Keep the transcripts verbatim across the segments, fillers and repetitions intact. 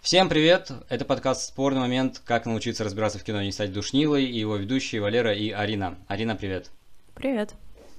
Всем привет! Это подкаст «Спорный момент. Как научиться разбираться в кино и не стать душнилой». И его ведущие Валера и Арина. Арина, привет! Привет!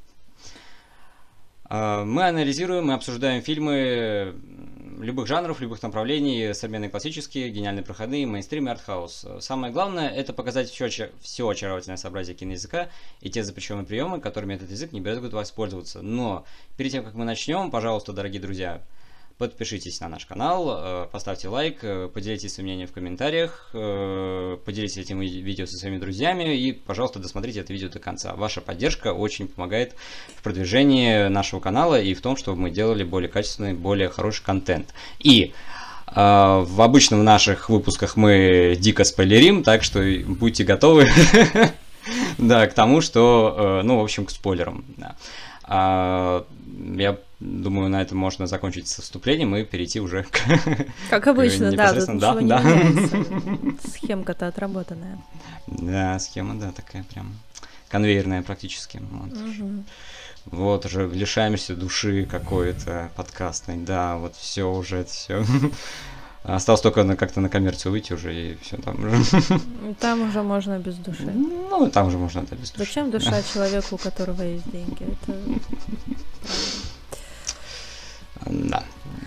Мы анализируем, мы обсуждаем фильмы любых жанров, любых направлений, современные классические, гениальные проходные, мейнстрим и артхаус. Самое главное – это показать все, все очаровательное сообразие киноязыка и те запрещенные приемы, которыми этот язык не брезгует воспользоваться. Но перед тем, как мы начнем, пожалуйста, дорогие друзья, подпишитесь на наш канал, поставьте лайк, поделитесь своим мнением в комментариях, поделитесь этим видео со своими друзьями и, пожалуйста, досмотрите это видео до конца. Ваша поддержка очень помогает в продвижении нашего канала и в том, чтобы мы делали более качественный, более хороший контент. И в обычном наших выпусках мы дико спойлерим, так что будьте готовы да, к тому, что, ну, в общем, к спойлерам. Я думаю, на этом можно закончить со вступлением и перейти уже к... Как обычно, да, тут да, ничего да. не меняется. Схемка-то отработанная. Да, схема, да, такая прям конвейерная практически. Вот, угу. Вот уже лишаемся души какой-то подкастной, да, вот все уже, это все... Осталось только на, как-то на коммерцию выйти уже, и все там уже. Там уже можно без души. Ну, там уже можно, да, без души. Зачем душа человеку, у которого есть деньги? Это... Да.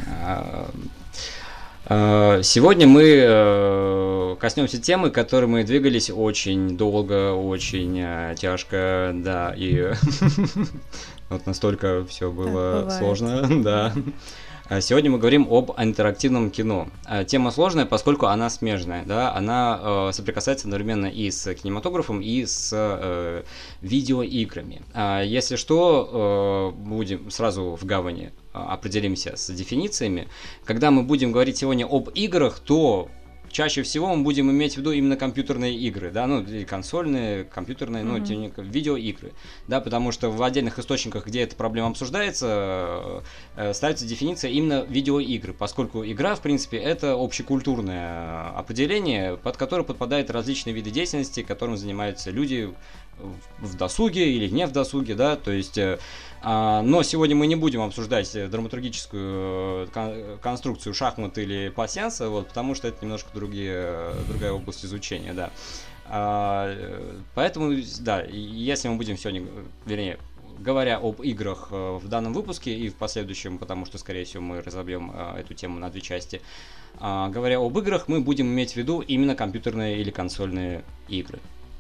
Сегодня мы коснемся темы, к которой мы двигались очень долго, очень тяжко, да, и вот настолько все было сложно, да. Сегодня мы говорим об интерактивном кино. Тема сложная, поскольку она смежная, да, она э, соприкасается одновременно и с кинематографом, и с э, видеоиграми. А если что, э, будем сразу в гавани определимся с дефинициями. Когда мы будем говорить сегодня об играх, то чаще всего мы будем иметь в виду именно компьютерные игры, да, ну, или консольные, компьютерные, mm-hmm. ну, видеоигры, да, потому что в отдельных источниках, где эта проблема обсуждается, ставится дефиниция именно видеоигры, поскольку игра, в принципе, это общекультурное определение, под которое подпадают различные виды деятельности, которым занимаются люди в досуге или не в досуге, да, то есть... Но сегодня мы не будем обсуждать драматургическую конструкцию шахмат или пасьянса, вот, потому что это немножко другие, другая область изучения, да. Поэтому, да, если мы будем сегодня, вернее, говоря об играх в данном выпуске и в последующем, потому что, скорее всего, мы разобьем эту тему на две части, говоря об играх, мы будем иметь в виду именно компьютерные или консольные игры.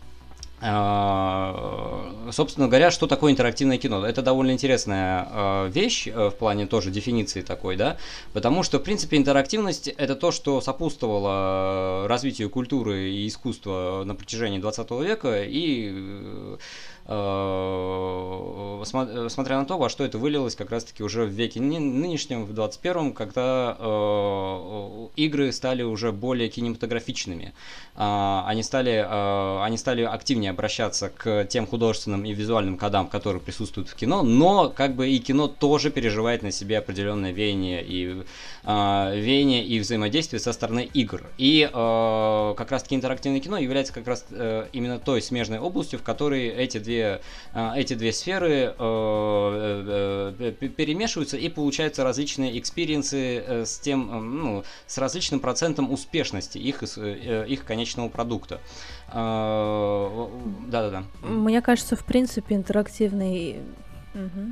Собственно говоря, что такое интерактивное кино? Это довольно интересная вещь в плане тоже дефиниции такой, да, потому что, в принципе, интерактивность – это то, что сопутствовало развитию культуры и искусства на протяжении двадцатого века и... смотря на то, во что это вылилось как раз-таки уже в веке нынешнем, в двадцать первом, когда э, игры стали уже более кинематографичными. Э, они, стали, э, они стали активнее обращаться к тем художественным и визуальным кодам, которые присутствуют в кино, но как бы и кино тоже переживает на себе определенное веяние и, э, веяние и взаимодействие со стороны игр. И э, как раз-таки интерактивное кино является как раз э, именно той смежной областью, в которой эти две эти две сферы э, э, перемешиваются и получаются различные экспириенсы с тем, ну, с различным процентом успешности их, их конечного продукта. Да-да-да. Мне кажется, в принципе, интерактивный... Угу.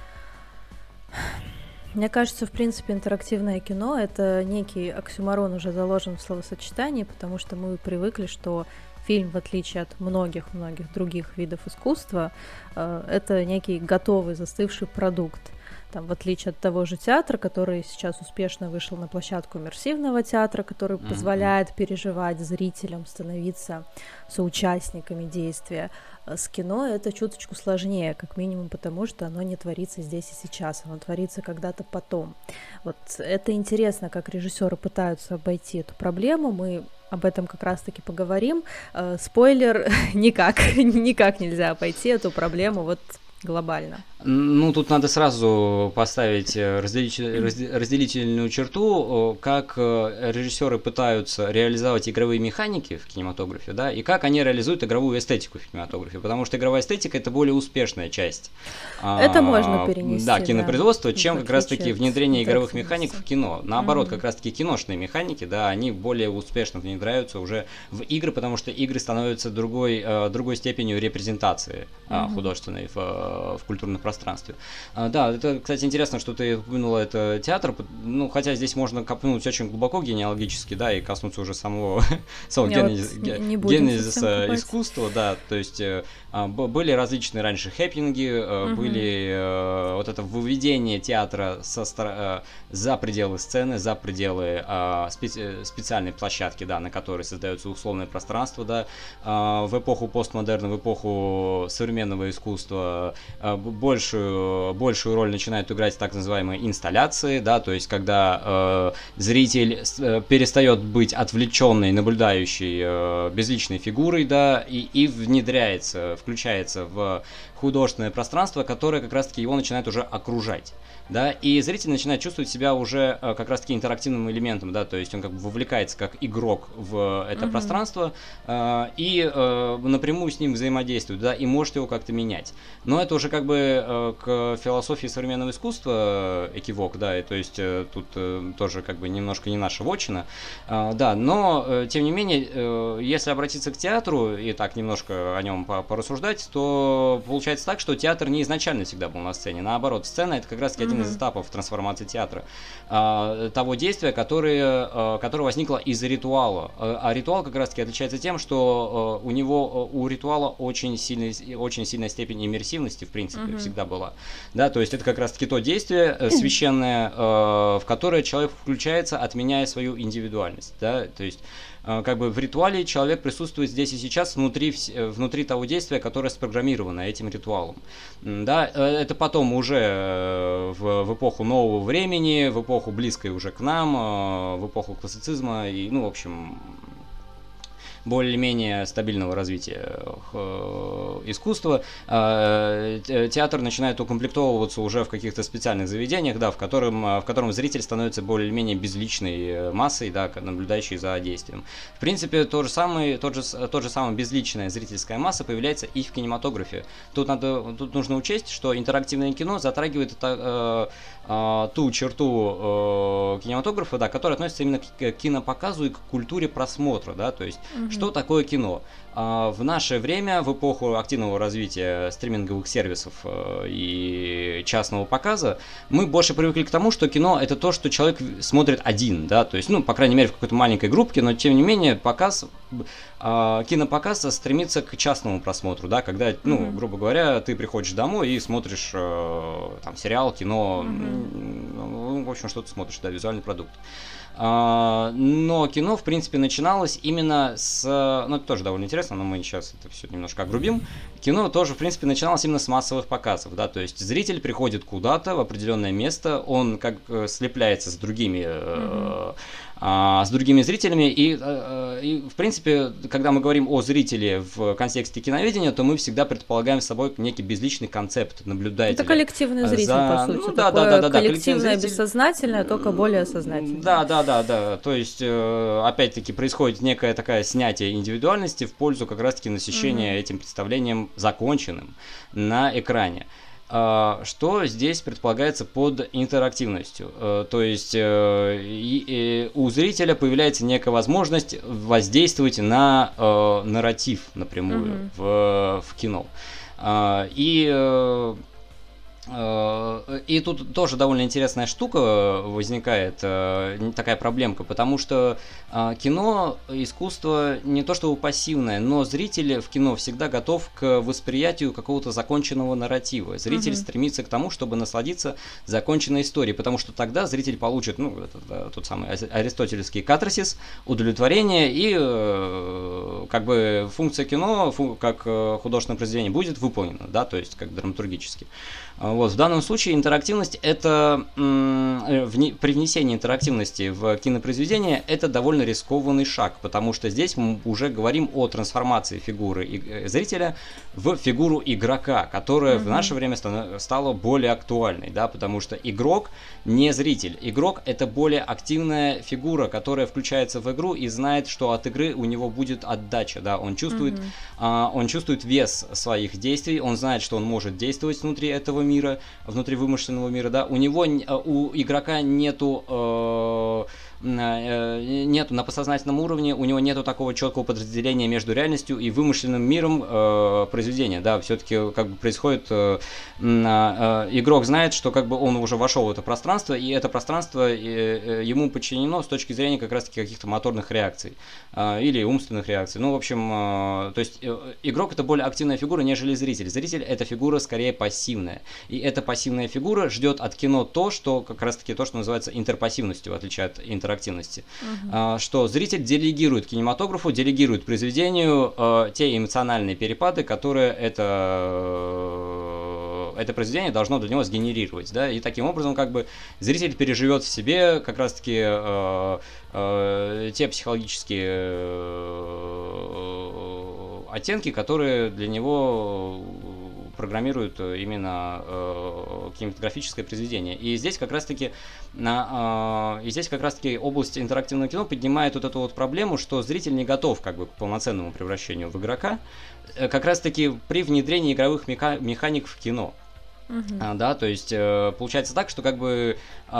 Мне кажется, в принципе, интерактивное кино — это некий оксюморон, уже заложен в словосочетании, потому что мы привыкли, что фильм, в отличие от многих-многих других видов искусства, это некий готовый, застывший продукт. Там, в отличие от того же театра, который сейчас успешно вышел на площадку иммерсивного театра, который mm-hmm. позволяет переживать зрителям, становиться соучастниками действия. С кино это чуточку сложнее, как минимум потому, что оно не творится здесь и сейчас, оно творится когда-то потом. Вот это интересно, как режиссеры пытаются обойти эту проблему. Мы об этом как раз-таки поговорим. Спойлер, никак, никак нельзя обойти эту проблему вот глобально. Ну, тут надо сразу поставить разделитель, разделительную черту, как режиссеры пытаются реализовать игровые механики в кинематографе, да, и как они реализуют игровую эстетику в кинематографе, потому что игровая эстетика – это более успешная часть. Это можно перенести, да, кинопроизводства, да, чем как раз-таки внедрение игровых механик в кино. Наоборот, mm-hmm. как раз-таки киношные механики, да, они более успешно внедряются уже в игры, потому что игры становятся другой, другой степенью репрезентации mm-hmm. художественной в, в культурном пространстве. пространстве. А, да, это, кстати, интересно, что ты упомянула это театр, ну, хотя здесь можно копнуть очень глубоко генеалогически, да, и коснуться уже самого, самого генезиса, вот не, генезиса искусства, да, то есть а, были различные раньше хэппинги, а, угу. были а, вот это выведение театра со, а, за пределы сцены, за пределы а, специ, специальной площадки, да, на которой создается условное пространство, да, а, в эпоху постмодерна, в эпоху современного искусства а, больше Большую, большую роль начинают играть так называемые инсталляции, да, то есть когда э, зритель э, перестает быть отвлеченной, наблюдающей э, безличной фигурой, да, и, и внедряется, включается в художественное пространство, которое как раз-таки его начинает уже окружать. Да, и зритель начинает чувствовать себя уже э, как раз-таки интерактивным элементом, да, то есть он как бы вовлекается как игрок в это mm-hmm. пространство э, и э, напрямую с ним взаимодействует, да, и может его как-то менять. Но это уже как бы э, к философии современного искусства экивок, да, и то есть э, тут э, тоже как бы немножко не наша вотчина, э, да, но э, тем не менее, э, если обратиться к театру и так немножко о нем порассуждать, то получается так, что театр не изначально всегда был на сцене, наоборот, сцена это как раз-таки mm-hmm. один из этапов трансформации театра, а, того действия, которое, а, которое возникло из ритуала. А, а ритуал как раз-таки отличается тем, что а, у него, у ритуала очень сильная, очень сильная степень иммерсивности, в принципе, mm-hmm. всегда была. Да, то есть это как раз-таки то действие священное, а, в которое человек включается, отменяя свою индивидуальность. Да, то есть как бы в ритуале человек присутствует здесь и сейчас внутри, внутри того действия, которое спрограммировано этим ритуалом. Да, это потом уже в, в эпоху нового времени, в эпоху близкой уже к нам, в эпоху классицизма и, ну, в общем, более-менее стабильного развития искусства, театр начинает укомплектовываться уже в каких-то специальных заведениях, да, в котором, в котором зритель становится более-менее безличной массой, да, наблюдающей за действием. В принципе, то же самое, тот же, тот же самая безличная зрительская масса появляется и в кинематографе. Тут, надо, тут нужно учесть, что интерактивное кино затрагивает это, э, э, ту черту э, кинематографа, да, которая относится именно к кинопоказу и к культуре просмотра, да, то есть mm-hmm. что такое кино? В наше время, в эпоху активного развития стриминговых сервисов и частного показа, мы больше привыкли к тому, что кино это то, что человек смотрит один, да, то есть, ну, по крайней мере, в какой-то маленькой группке, но тем не менее, показ, кинопоказ стремится к частному просмотру, да, когда, ну, mm-hmm. грубо говоря, ты приходишь домой и смотришь там сериал, кино, mm-hmm. ну, в общем, что ты смотришь, да, визуальный продукт. Но кино, в принципе, начиналось именно с... Ну, это тоже довольно интересно, но мы сейчас это все немножко огрубим. Кино тоже, в принципе, начиналось именно с массовых показов, да, то есть зритель приходит куда-то в определенное место, он как слепляется с другими... Mm-hmm. с другими зрителями, и, и, в принципе, когда мы говорим о зрителе в контексте киноведения, то мы всегда предполагаем с собой некий безличный концепт наблюдателя. Это коллективный зритель, за... по сути, ну, да, да, да, да, коллективное, зритель... бессознательное, только более сознательное. Да, да, да, да, то есть, опять-таки, происходит некое такое снятие индивидуальности в пользу как раз-таки насыщения mm-hmm. этим представлением законченным на экране. Что здесь предполагается под интерактивностью? То есть у зрителя появляется некая возможность воздействовать на нарратив напрямую mm-hmm. в, в кино. И И тут тоже довольно интересная штука возникает, такая проблемка, потому что кино, искусство не то чтобы пассивное, но зритель в кино всегда готов к восприятию какого-то законченного нарратива. Зритель mm-hmm. стремится к тому, чтобы насладиться законченной историей, потому что тогда зритель получит, ну, это, тот самый аристотельский катарсис, удовлетворение, и как бы функция кино, фу, как художественное произведение будет выполнена, да, то есть как драматургически. Вот, в данном случае интерактивность это м, вне, при внесении интерактивности в кинопроизведение это довольно рискованный шаг, потому что здесь мы уже говорим о трансформации фигуры и, зрителя в фигуру игрока, которая mm-hmm. в наше время ста- стала более актуальной, да, потому что игрок не зритель. Игрок это более активная фигура, которая включается в игру и знает, что от игры у него будет отдача, да, он чувствует, mm-hmm. а, он чувствует вес своих действий, он знает, что он может действовать внутри этого мира. мира, внутри вымышленного мира, да, у него, у игрока нету, э, э, нету на подсознательном уровне, у него нету такого четкого подразделения между реальностью и вымышленным миром э, произведения, да, все-таки как бы происходит, э, э, игрок знает, что как бы он уже вошел в это пространство, и это пространство э, ему подчинено с точки зрения как раз-таки каких-то моторных реакций э, или умственных реакций, ну, в общем, э, то есть э, игрок это более активная фигура, нежели зритель, зритель это фигура скорее пассивная. И эта пассивная фигура ждет от кино то, что как раз-таки то, что называется интерпассивностью, в отличие от интерактивности. Uh-huh. А, что зритель делегирует кинематографу, делегирует произведению а, те эмоциональные перепады, которые это, это произведение должно для него сгенерировать. Да? И таким образом как бы зритель переживет в себе как раз-таки а, а, те психологические а, оттенки, которые для него программируют именно э, кинематографическое произведение. И здесь как раз-таки на, э, и здесь как раз-таки область интерактивного кино поднимает вот эту вот проблему, что зритель не готов как бы к полноценному превращению в игрока, э, как раз-таки при внедрении игровых меха- механик в кино. Uh-huh. А, да, то есть э, получается так, что как бы э,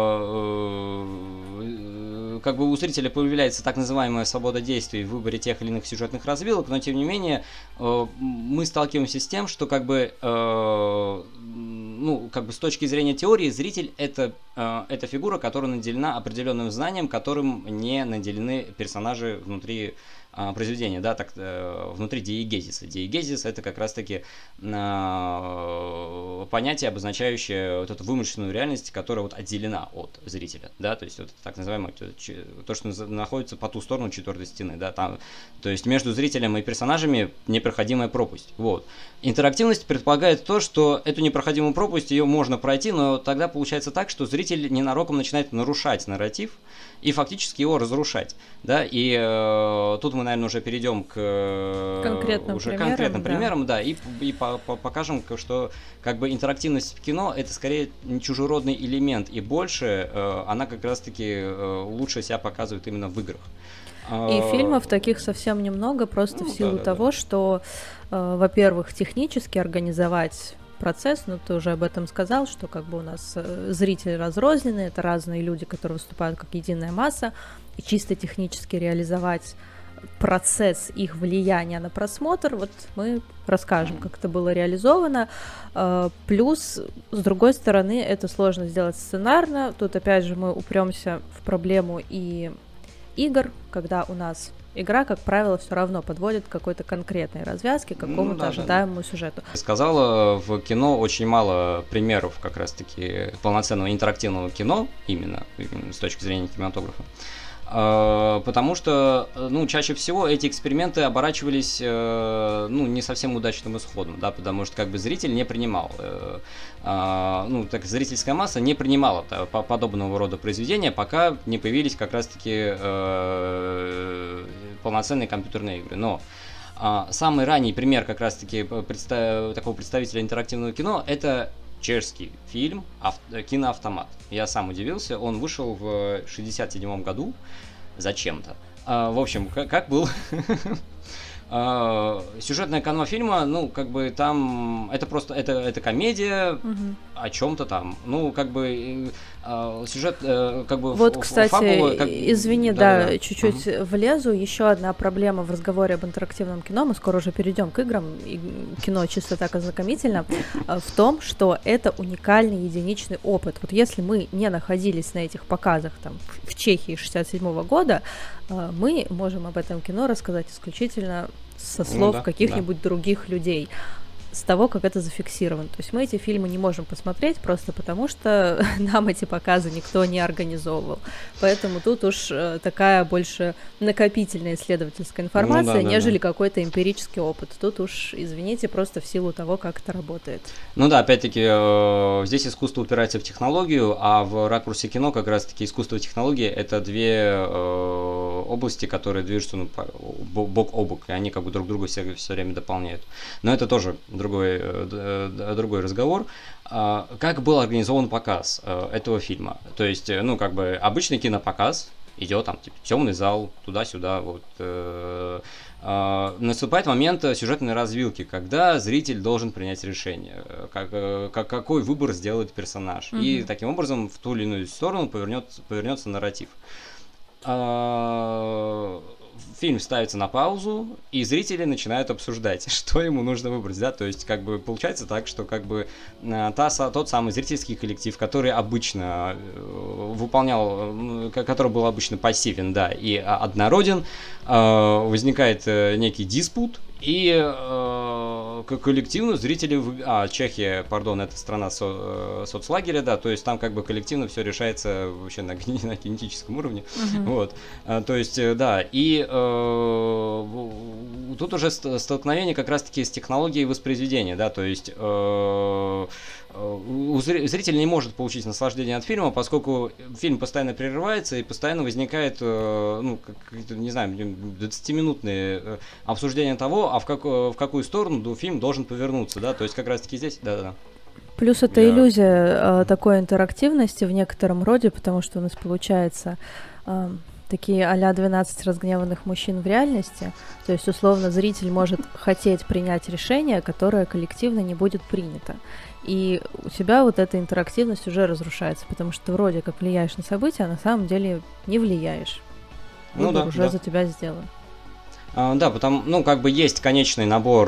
э, как бы у зрителя появляется так называемая свобода действий в выборе тех или иных сюжетных развилок, но тем не менее э, мы сталкиваемся с тем, что как бы э, ну как бы с точки зрения теории зритель это э, это фигура, которая наделена определенным знанием, которым не наделены персонажи внутри произведения, да, так, э, внутри диегезиса. Диегезис это как раз-таки э, понятие, обозначающее вот эту вымышленную реальность, которая вот отделена от зрителя, да, то есть вот так называемое то, что находится по ту сторону четвертой стены, да, там, то есть между зрителем и персонажами непроходимая пропасть, вот. Интерактивность предполагает то, что эту непроходимую пропасть ее можно пройти, но тогда получается так, что зритель ненароком начинает нарушать нарратив и фактически его разрушать, да, и э, тут мы, наверное, уже перейдем к конкретным уже примерам, конкретным да. примерам, да, и, и по, по, покажем, что как бы интерактивность в кино это скорее чужеродный элемент, и больше э, она как раз-таки э, лучше себя показывает именно в играх. И фильмов таких совсем немного, просто ну, в силу да, да, того, да. что, э, во-первых, технически организовать процесс, ну ты уже об этом сказал, что как бы у нас э, зрители разрознены, это разные люди, которые выступают как единая масса, и чисто технически реализовать процесс их влияния на просмотр, вот мы расскажем, как это было реализовано. Э, плюс, с другой стороны, это сложно сделать сценарно, тут опять же мы упремся в проблему и игр, когда у нас игра, как правило, все равно подводит к какой-то конкретной развязке, к какому-то ну, да, ожидаемому да. сюжету. Я сказала, в кино очень мало примеров как раз-таки полноценного интерактивного кино, именно, именно с точки зрения кинематографа. Потому что, ну, чаще всего эти эксперименты оборачивались, ну, не совсем удачным исходом, да, потому что, как бы, зритель не принимал, ну, так, зрительская масса не принимала подобного рода произведения, пока не появились как раз-таки полноценные компьютерные игры. Но самый ранний пример как раз-таки представ... такого представителя интерактивного кино – это чешский фильм «Киноавтомат». Я сам удивился, он вышел в шестьдесят седьмом году зачем-то. А, в общем, как, как был... Сюжетная канва фильма, ну, как бы там, это просто, это, это комедия uh-huh. о чем-то там, ну, как бы, э, сюжет, э, как бы... Вот, ф- кстати, фабула, как... извини, да, да, да. чуть-чуть uh-huh. влезу, еще одна проблема в разговоре об интерактивном кино, мы скоро уже перейдем к играм, и кино чисто так ознакомительно, в том, что это уникальный единичный опыт. Вот если мы не находились на этих показах там в Чехии шестьдесят седьмого года, мы можем об этом кино рассказать исключительно со слов ну, да, каких-нибудь да. других людей. с того, как это зафиксировано. То есть мы эти фильмы не можем посмотреть просто потому, что нам эти показы никто не организовывал. Поэтому тут уж такая больше накопительная исследовательская информация, ну, да, нежели да, да. какой-то эмпирический опыт. Тут уж, извините, просто в силу того, как это работает. Ну да, опять-таки, э, здесь искусство упирается в технологию, а в ракурсе кино как раз-таки искусство и технология — это две э, области, которые движутся ну, бок о бок, и они как бы друг друга все, все время дополняют. Но это тоже другой, э, другой разговор. Э, как был организован показ э, этого фильма? То есть, ну, как бы обычный кинопоказ, идет там, типа, темный зал, туда-сюда, вот. Э, э, наступает момент сюжетной развилки, когда зритель должен принять решение, как, как, какой выбор сделает персонаж. Mm-hmm. И таким образом в ту или иную сторону повернет, повернется нарратив. Э, фильм ставится на паузу, и зрители начинают обсуждать, что ему нужно выбрать, да, то есть, как бы, получается так, что, как бы, та, тот самый зрительский коллектив, который обычно выполнял, который был обычно пассивен, да, и однороден, возникает некий диспут, и э, коллективно зрители... А, Чехия, пардон, это страна со, соцлагеря, да, то есть там как бы коллективно все решается вообще на, на генетическом уровне, uh-huh. вот, а, то есть, да, и э, тут уже столкновение как раз-таки с технологией воспроизведения, да, то есть... Э, у зрителя не может получить наслаждение от фильма, поскольку фильм постоянно прерывается и постоянно возникает, ну, не знаю, двадцатиминутные обсуждения того, а в, как, в какую сторону фильм должен повернуться, да, то есть как раз-таки здесь, да-да. Плюс это Я... иллюзия э, такой интерактивности в некотором роде, потому что у нас получается... Э, такие а-ля двенадцать разгневанных мужчин в реальности, то есть условно зритель может хотеть принять решение, которое коллективно не будет принято. И у тебя вот эта интерактивность уже разрушается, потому что ты вроде как влияешь на события, а на самом деле не влияешь. Выбор ну, да, уже да. за тебя сделан. А, да, потому, ну, как бы есть конечный набор,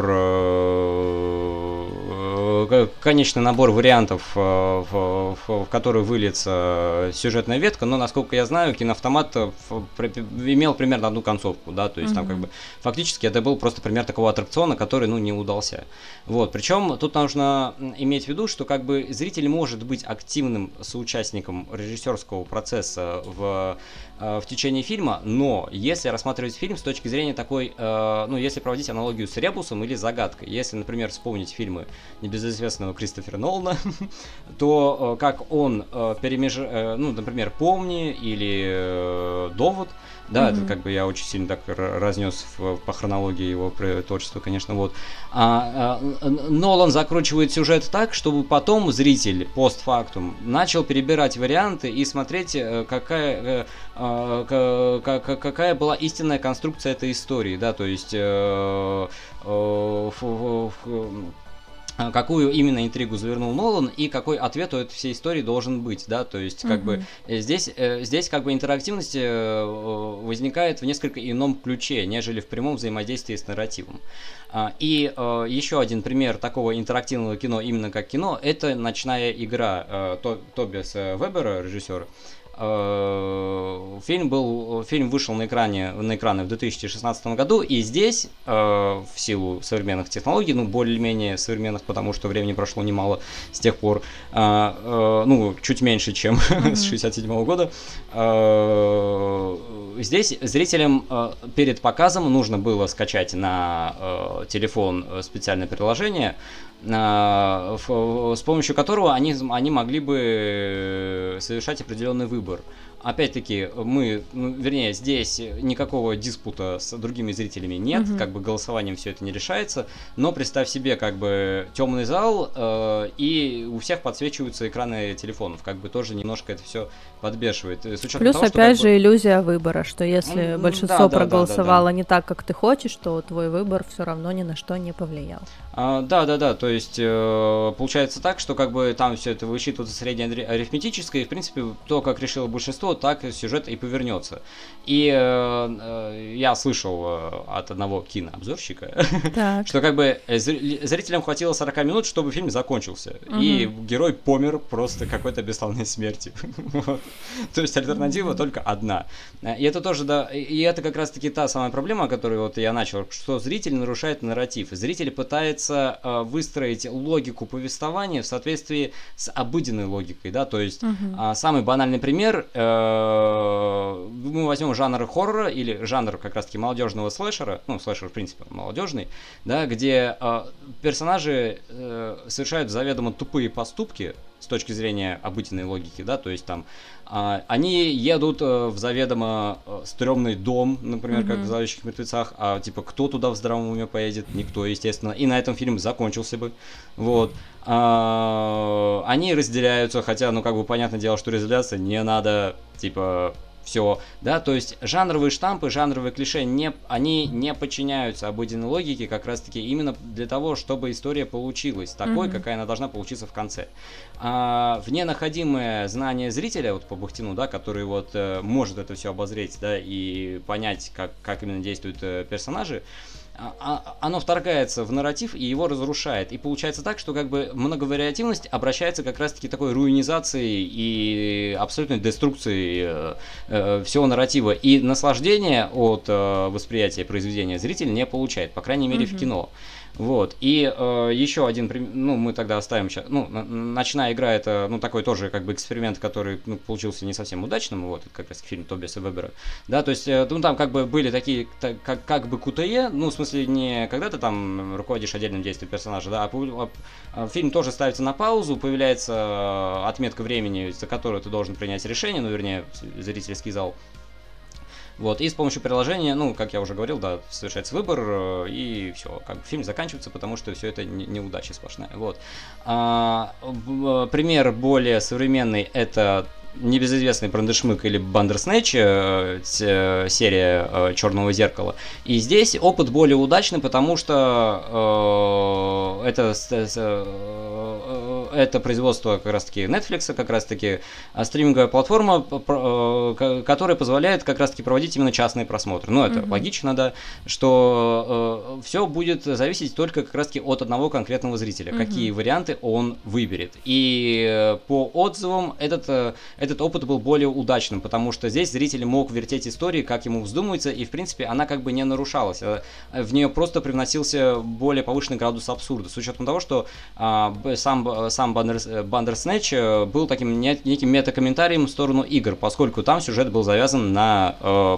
э, конечный набор вариантов, э, в, в, в который выльется сюжетная ветка, но, насколько я знаю, Киноавтомат имел примерно одну концовку, да, то есть mm-hmm. там как бы фактически это был просто пример такого аттракциона, который, ну, не удался. Вот, причем тут нужно иметь в виду, что как бы зритель может быть активным соучастником режиссерского процесса в в течение фильма, но если рассматривать фильм с точки зрения такой, э, ну, если проводить аналогию с ребусом или загадкой, если, например, вспомнить фильмы небезызвестного Кристофера Нолана, то э, как он э, перемежает, э, ну, например, «Помни» или э, «Довод», да, mm-hmm. это как бы я очень сильно так разнес в, по хронологии его творчества, конечно, вот. А, а, Нолан закручивает сюжет так, чтобы потом зритель постфактум начал перебирать варианты и смотреть, какая, какая была истинная конструкция этой истории, да, то есть... какую именно интригу завернул Нолан и какой ответ у этой всей истории должен быть, да, то есть как mm-hmm. бы здесь, здесь как бы интерактивность возникает в несколько ином ключе, нежели в прямом взаимодействии с нарративом. И еще один пример такого интерактивного кино, именно как кино, это «Ночная игра» Тобиаса Вебера, режиссера. Фильм был, фильм вышел на экране, на экраны в две тысячи шестнадцатом году, и здесь, э, в силу современных технологий, ну, более-менее современных, потому что времени прошло немало с тех пор, э, э, ну, чуть меньше, чем mm-hmm. с шестьдесят седьмого года, э, здесь зрителям э, перед показом нужно было скачать на э, телефон специальное приложение, с помощью которого они, они могли бы совершать определенный выбор. Опять-таки, мы, ну, вернее, здесь никакого диспута с другими зрителями нет, mm-hmm. как бы голосованием все это не решается, но представь себе, как бы, темный зал, э, и у всех подсвечиваются экраны телефонов, как бы тоже немножко это все подбешивает. С Плюс, того, опять же, бы... иллюзия выбора, что если mm-hmm. большинство да, проголосовало да, да, да, да. не так, как ты хочешь, то твой выбор все равно ни на что не повлиял. А, да, да, да, то есть э, получается так, что как бы там все это высчитывается среднеарифметическое, и в принципе то, как решило большинство, вот так сюжет и повернется. И э, э, я слышал э, от одного кинообзорщика, что как бы зрителям хватило сорок минут, чтобы фильм закончился. Угу. И герой помер просто какой-то бесславной смерти. Вот. То есть альтернатива угу. только одна. И это тоже, да, и это как раз-таки та самая проблема, о которой вот я начал, что зритель нарушает нарратив. Зритель пытается э, выстроить логику повествования в соответствии с обыденной логикой, да, то есть угу. э, самый банальный пример, э, мы возьмем жанр хоррора или жанр как раз-таки молодежного слэшера, ну, слэшер, в принципе, молодежный, да, где э, персонажи э, совершают заведомо тупые поступки с точки зрения обыденной логики, да, то есть там э, они едут э, в заведомо э, стрёмный дом, например, mm-hmm. как в «Зловещих мертвецах», а типа кто туда в здравом уме поедет? Никто, естественно, и на этом фильм закончился бы, вот. Э, они разделяются, хотя, ну, как бы, понятное дело, что разделяться не надо, типа... Все, да, то есть жанровые штампы, жанровые клише, не, они не подчиняются обыденной логике как раз-таки именно для того, чтобы история получилась такой, mm-hmm. какая она должна получиться в конце. А, вне находимое знание зрителя, вот по Бухтину, да, который вот э, может это все обозреть, да, и понять, как, как именно действуют э, персонажи, оно вторгается в нарратив и его разрушает. И получается так, что как бы многовариативность обращается как раз-таки такой руинизацией и абсолютной деструкцией э, э, всего нарратива. И наслаждение от э, восприятия произведения зритель не получает, по крайней мере, mm-hmm. в кино. Вот, и э, еще один, ну, мы тогда оставим сейчас, ну, «Ночная игра» — это, ну, такой тоже, как бы, эксперимент, который, ну, получился не совсем удачным, вот, это как раз фильм Тобиаса Вебера, да, то есть, э, ну, там, как бы, были такие, так, как, как бы, КУТЕ, ну, в смысле, не когда ты там руководишь отдельным действием персонажа, да, а, а фильм тоже ставится на паузу, появляется отметка времени, за которую ты должен принять решение, ну, вернее, зрительский зал. Вот, и с помощью приложения, ну, как я уже говорил, да, совершается выбор, и все, как бы фильм заканчивается, потому что все это не, неудача сплошная. Вот. А, пример более современный — это небезызвестный Брандешмык или Бандерснэч, серия «Черного зеркала». И здесь опыт более удачный, потому что э, это, э, это производство как раз-таки Netflix, как раз-таки стриминговая платформа, которая позволяет как раз-таки проводить именно частные просмотры. Ну, это mm-hmm. логично, да, что э, все будет зависеть только как раз-таки от одного конкретного зрителя, mm-hmm. какие варианты он выберет. И по отзывам этот Этот опыт был более удачным, потому что здесь зритель мог вертеть истории, как ему вздумается, и, в принципе, она как бы не нарушалась. В нее просто привносился более повышенный градус абсурда, с учетом того, что а, сам, сам Бандерснэч был таким неким метакомментарием в сторону игр, поскольку там сюжет был завязан на,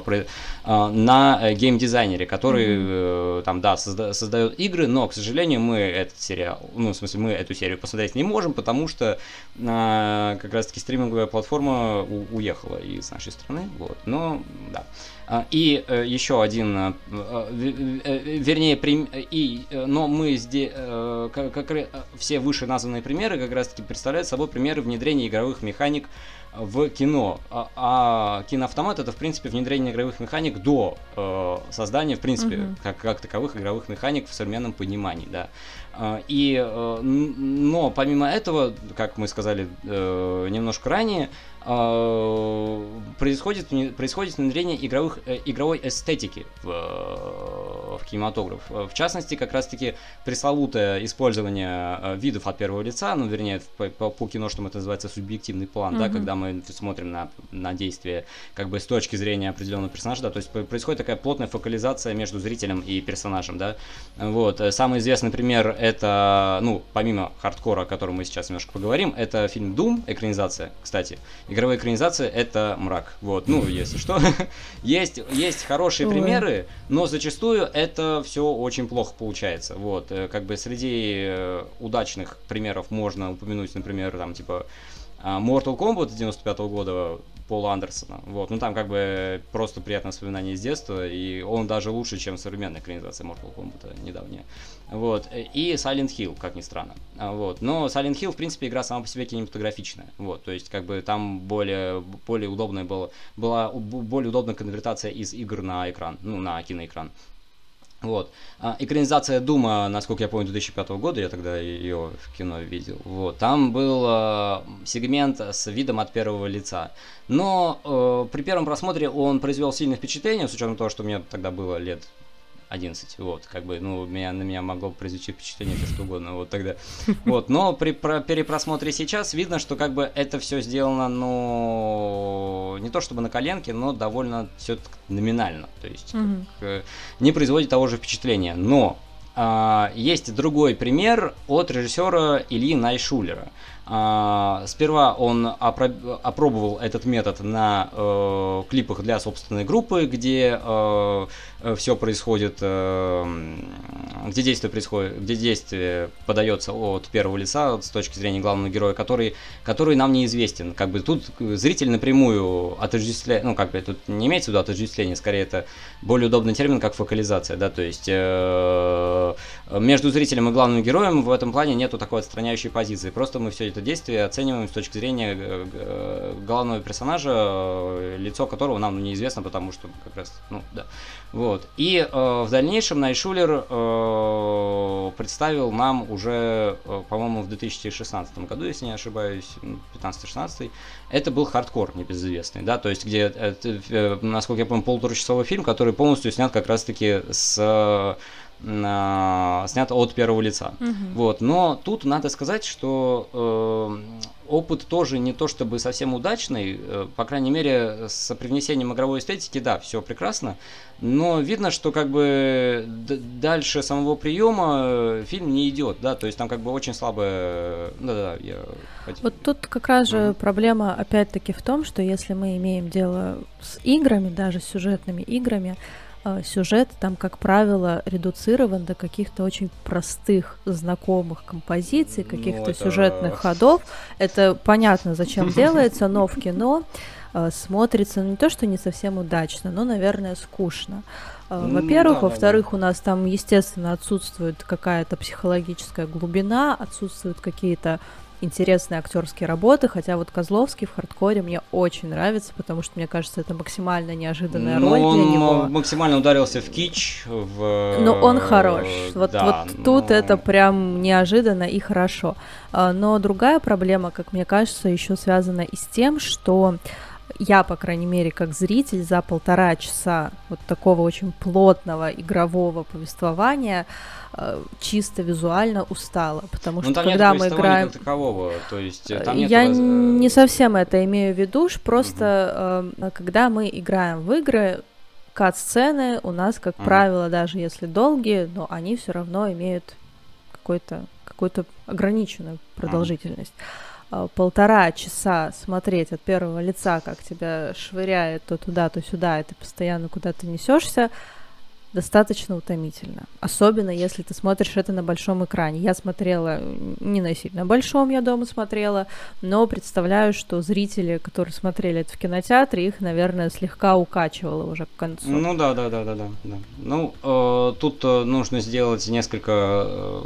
на геймдизайнере, который mm-hmm. там, да, созда, создает игры, но, к сожалению, мы этот сериал, ну, в смысле, мы эту серию посмотреть не можем, потому что а, как раз-таки стриминговая платформа у- уехала из нашей страны, вот, но, да. И э, еще один, э, э, вернее, при, и, э, но мы здесь, э, как, как все вышеназванные примеры, как раз-таки представляют собой примеры внедрения игровых механик в кино. А, а киноавтомат — это, в принципе, внедрение игровых механик до э, создания, в принципе, uh-huh. как, как таковых игровых механик в современном понимании, да. И, э, но помимо этого, как мы сказали э, немножко ранее, происходит, происходит внедрение игровых, игровой эстетики в, в кинематограф. В частности, как раз-таки пресловутое использование видов от первого лица, ну, вернее, по, по, по киношному это называется субъективный план, mm-hmm. да, когда мы смотрим на, на действие как бы с точки зрения определенного персонажа, да, то есть происходит такая плотная фокализация между зрителем и персонажем, да. Вот. Самый известный пример — это, ну, помимо хардкора, о котором мы сейчас немножко поговорим, это фильм Doom, экранизация, кстати. Игровая экранизация — это мрак. Вот, ну, если что. есть, есть хорошие Ой. примеры, но зачастую это все очень плохо получается. Вот, как бы среди удачных примеров можно упомянуть, например, там, типа, Mortal Kombat девяносто пятого года Пола Андерсона. Вот, ну там как бы просто приятное воспоминание из детства, и он даже лучше, чем современная экранизация Mortal Kombat недавняя. Вот, и Silent Hill, как ни странно. Вот, но Silent Hill, в принципе, игра сама по себе кинематографичная. Вот, то есть как бы там более, более удобная была, была более удобная конвертация из игр на экран, ну, на киноэкран. Вот. А, экранизация Дума, насколько я помню, две тысячи пятого года, я тогда ее в кино видел. Вот. Там был э, сегмент с видом от первого лица. Но э, при первом просмотре он произвел сильное впечатление, с учетом того, что мне тогда было лет одиннадцать, вот, как бы, ну, меня, на меня могло произвести впечатление все что угодно, вот тогда, вот, но при про, перепросмотре сейчас видно, что, как бы, это все сделано, ну, не то чтобы на коленке, но довольно все номинально, то есть, mm-hmm. как, не производит того же впечатления, но а, есть другой пример от режиссера Ильи Найшулера. Uh, сперва он опро- опробовал этот метод на uh, клипах для собственной группы, где uh, все происходит, uh, где действие происходит, где действие подается от первого лица с точки зрения главного героя, который, который нам неизвестен. Как бы тут зритель напрямую отождествляет, ну как бы тут не имеется в виду отождествление, скорее это более удобный термин, как фокализация, да, то есть uh, между зрителем и главным героем в этом плане нету такой отстраняющей позиции, просто мы все это действие оцениваем с точки зрения главного персонажа, лицо которого нам неизвестно, потому что как раз, ну, да. Вот. И э, в дальнейшем Найшулер э, представил нам уже, э, по-моему, в две тысячи шестнадцатом году, если не ошибаюсь, пятнадцатый-шестнадцатый, это был «Хардкор» небезызвестный, да, то есть где, э, э, насколько я помню, полуторачасовой фильм, который полностью снят как раз-таки с... снято от первого лица. Uh-huh. Вот. Но тут надо сказать, что э, опыт тоже не то чтобы совсем удачный, э, по крайней мере, с привнесением игровой эстетики, да, все прекрасно, но видно, что как бы д- дальше самого приема фильм не идет, да, то есть там как бы очень слабое... Да-да, я... Вот тут как раз же uh-huh. проблема опять-таки в том, что если мы имеем дело с играми, даже с сюжетными играми, сюжет там, как правило, редуцирован до каких-то очень простых, знакомых композиций, каких-то ну, это... сюжетных ходов. Это понятно, зачем делается, но в кино э, смотрится ну, не то, что не совсем удачно, но, наверное, скучно. Э, во-первых, да, во-вторых, да, да. у нас там, естественно, отсутствует какая-то психологическая глубина, отсутствуют какие-то интересные актерские работы, хотя вот Козловский в «Хардкоре» мне очень нравится, потому что, мне кажется, это максимально неожиданная но роль он для него. Максимально ударился в кич. В... Но он хорош. Вот, да, вот но... тут это прям неожиданно и хорошо. Но другая проблема, как мне кажется, еще связана и с тем, что я, по крайней мере, как зритель, за полтора часа вот такого очень плотного игрового повествования чисто визуально устала, потому что ну, когда мы играем... Такового, то есть, там я раз... не совсем это имею в виду, просто угу. когда мы играем в игры, кат-сцены у нас, как угу. правило, даже если долгие, но они все равно имеют какой-то, какую-то ограниченную продолжительность. Угу. Полтора часа смотреть от первого лица, как тебя швыряет то туда, то сюда, и ты постоянно куда-то несешься, достаточно утомительно. Особенно, если ты смотришь это на большом экране. Я смотрела не на сильно большом, я дома смотрела, но представляю, что зрители, которые смотрели это в кинотеатре, их, наверное, слегка укачивало уже к концу. Ну да, да, да, да, да. да. Ну, э, тут э, нужно сделать несколько... Э,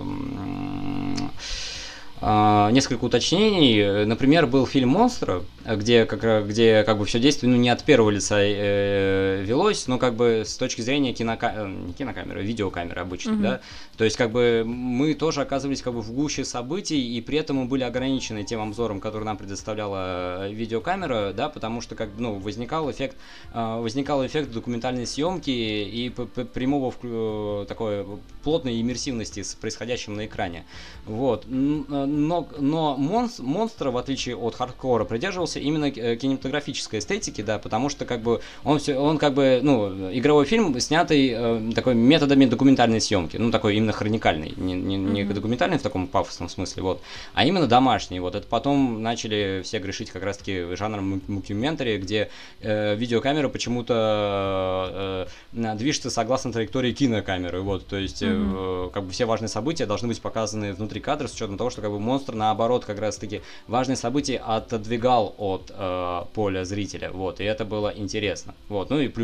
Uh, несколько уточнений. Например, был фильм «Монстр», где как, где, как бы все действие ну, не от первого лица э, велось, но как бы с точки зрения кинока... не кинокамеры, видеокамеры обычной, mm-hmm. да. То есть как бы мы тоже оказывались как бы в гуще событий, и при этом мы были ограничены тем обзором, который нам предоставляла видеокамера, да, потому что как ну, возникал эффект, возникал эффект документальной съемки и прямого такой плотной иммерсивности с происходящим на экране. Вот. Но, но монстр, монстр, в отличие от «Хардкора», придерживался именно кинематографической эстетики, да, потому что как бы он все, он как бы, ну, игровой фильм, снятый э, такой методами документальной съемки, ну, такой именно хроникальный, не, не, не mm-hmm. документальный в таком пафосном смысле, вот, а именно домашний, вот, это потом начали все грешить как раз-таки жанром мокюментари, где э, видеокамера почему-то э, движется согласно траектории кинокамеры, вот, то есть, mm-hmm. э, как бы все важные события должны быть показаны внутри кадра, с учетом того, что как бы монстр, наоборот, как раз-таки важные события отодвигал от э, поля зрителя, вот, и это было интересно, вот, ну и плюс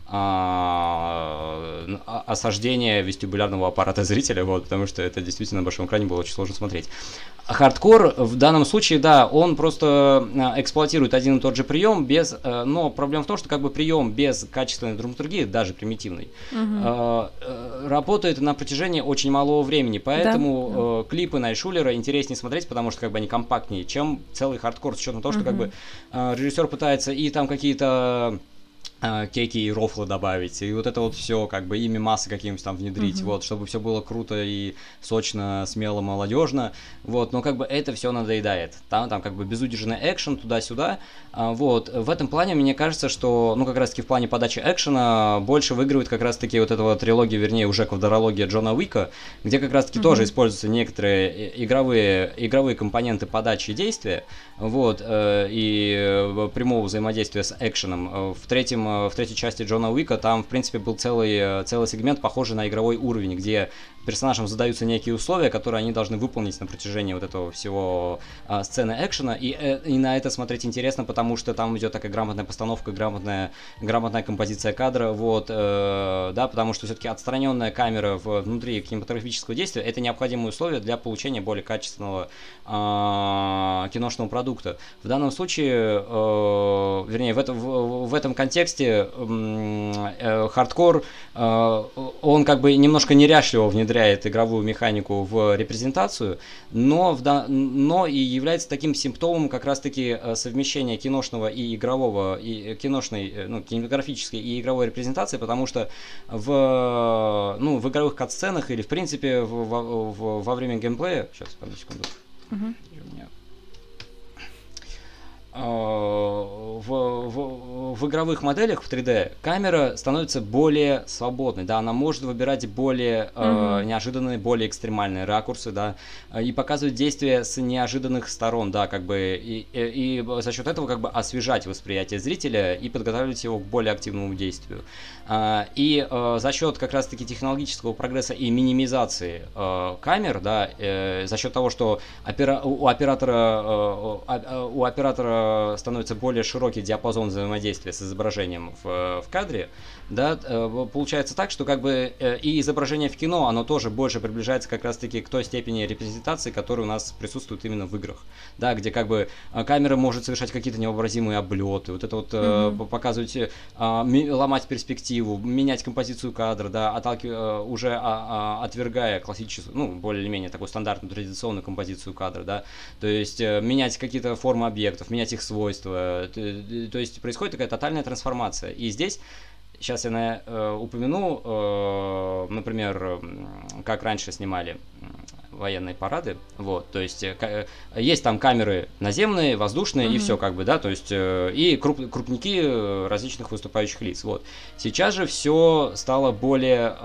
а, осаждение вестибулярного аппарата зрителя, вот, потому что это действительно на большом экране было очень сложно смотреть. Хардкор в данном случае, да, он просто эксплуатирует один и тот же прием, без, но проблема в том, что как бы прием без качественной драматургии, даже примитивной, угу. работает на протяжении очень малого времени, поэтому да, клипы Найшулера интереснее смотреть, потому что как бы они компактнее, чем целый хардкор, с учетом того, что угу. как бы режиссер пытается и там какие-то кейки и рофлы добавить, и вот это вот все, как бы, и мемасы какие-нибудь там внедрить, uh-huh. вот, чтобы все было круто и сочно, смело, молодежно, вот, но как бы это все надоедает, там, там как бы безудержный экшен туда-сюда, а, вот, в этом плане мне кажется, что, ну, как раз-таки в плане подачи экшена больше выигрывает как раз-таки вот эта вот трилогия, вернее, уже квадрология Джона Уика, где как раз-таки uh-huh. тоже используются некоторые игровые, игровые компоненты подачи и действия, вот, э, и прямого взаимодействия с экшеном. В третьем в третьей части Джона Уика там, в принципе, был целый, целый сегмент, похожий на игровой уровень, где персонажам задаются некие условия, которые они должны выполнить на протяжении вот этого всего а, сцены экшена, и, и на это смотреть интересно, потому что там идет такая грамотная постановка, грамотная, грамотная композиция кадра, вот, э, да, потому что все-таки отстраненная камера внутри кинематографического действия — это необходимые условия для получения более качественного э, киношного продукта. В данном случае, э, вернее, в, это, в, в этом контексте э, хардкор, э, он как бы немножко неряшливо внедряет игровую механику в репрезентацию, но, в, но и является таким симптомом как раз-таки совмещения киношного и игрового, и киношной, ну, кинематографической и игровой репрезентации, потому что в, ну, в игровых кат-сценах или в принципе в, в, в, во время геймплея, сейчас, одну секунду, uh-huh. В, в, в игровых моделях в три дэ камера становится более свободной, да, она может выбирать более mm-hmm. э, неожиданные, более экстремальные ракурсы, да, и показывать действия с неожиданных сторон, да, как бы, и, и, и за счет этого как бы освежать восприятие зрителя и подготавливать его к более активному действию. А, и э, за счет как раз-таки технологического прогресса и минимизации э, камер, да, э, за счет того, что опера, у оператора э, у оператора становится более широкий диапазон взаимодействия с изображением в, в кадре, да, получается так, что как бы и изображение в кино, оно тоже больше приближается как раз-таки к той степени репрезентации, которая у нас присутствует именно в играх, да, где как бы камера может совершать какие-то невообразимые облеты, вот это вот mm-hmm. показывать, ломать перспективу, менять композицию кадра, да, отталкивая, уже отвергая классическую, ну, более или менее такую стандартную традиционную композицию кадра, да, то есть менять какие-то формы объектов, менять их свойства, то есть происходит такая тотальная трансформация. И здесь, сейчас я на, э, упомяну, э, например, как раньше снимали военные парады, вот, то есть э, есть там камеры наземные, воздушные, mm-hmm. и все как бы, да, то есть э, и круп, крупники различных выступающих лиц, вот. Сейчас же все стало более,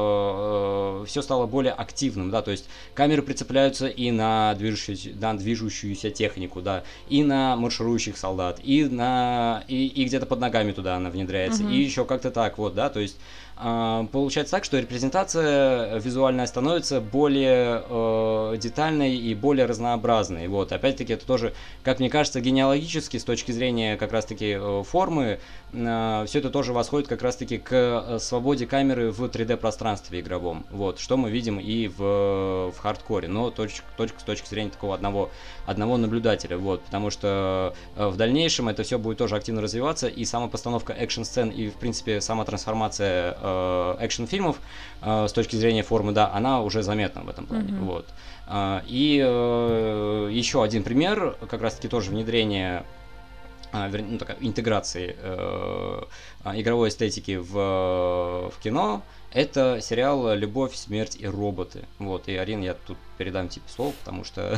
э, все стало более активным, да, то есть камеры прицепляются и на движущуюся, на движущуюся технику, да, и на марширующих солдат, и на, и, и где-то под ногами туда она внедряется, mm-hmm. и еще как-то так, вот, да, то есть получается так, что репрезентация визуальная становится более э, детальной и более разнообразной. Вот. Опять-таки, это тоже, как мне кажется, генеалогически, с точки зрения как раз-таки э, формы, э, все это тоже восходит как раз-таки к свободе камеры в три дэ-пространстве игровом. Вот. Что мы видим и в, в хардкоре, но точка, точка с точки зрения такого одного, одного наблюдателя. Вот. Потому что э, в дальнейшем это все будет тоже активно развиваться, и сама постановка экшн-сцен, и, в принципе, сама трансформация э, экшн-фильмов э, с точки зрения формы, да, она уже заметна в этом плане. Mm-hmm. Вот. Э, и э, еще один пример, как раз-таки тоже внедрение, э, вер... ну, такая, интеграции э, игровой эстетики в, в кино, это сериал «Любовь, смерть и роботы». Вот, и, Арин, я тут передам тебе слово, потому что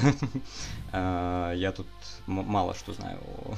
я тут мало что знаю о...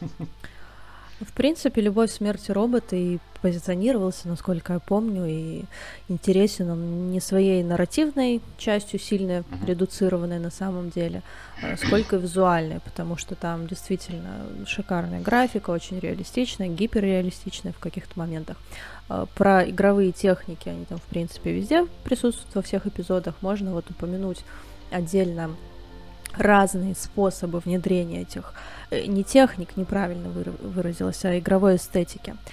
В принципе, «Любовь, смерть и роботы» и позиционировался, насколько я помню, и интересен он не своей нарративной частью, сильно uh-huh. редуцированной на самом деле, сколько визуальной, потому что там действительно шикарная графика, очень реалистичная, гиперреалистичная в каких-то моментах. Про игровые техники, они там, в принципе, везде присутствуют во всех эпизодах. Можно вот упомянуть отдельно разные способы внедрения этих, не техник, неправильно выразилась, а игровой эстетики.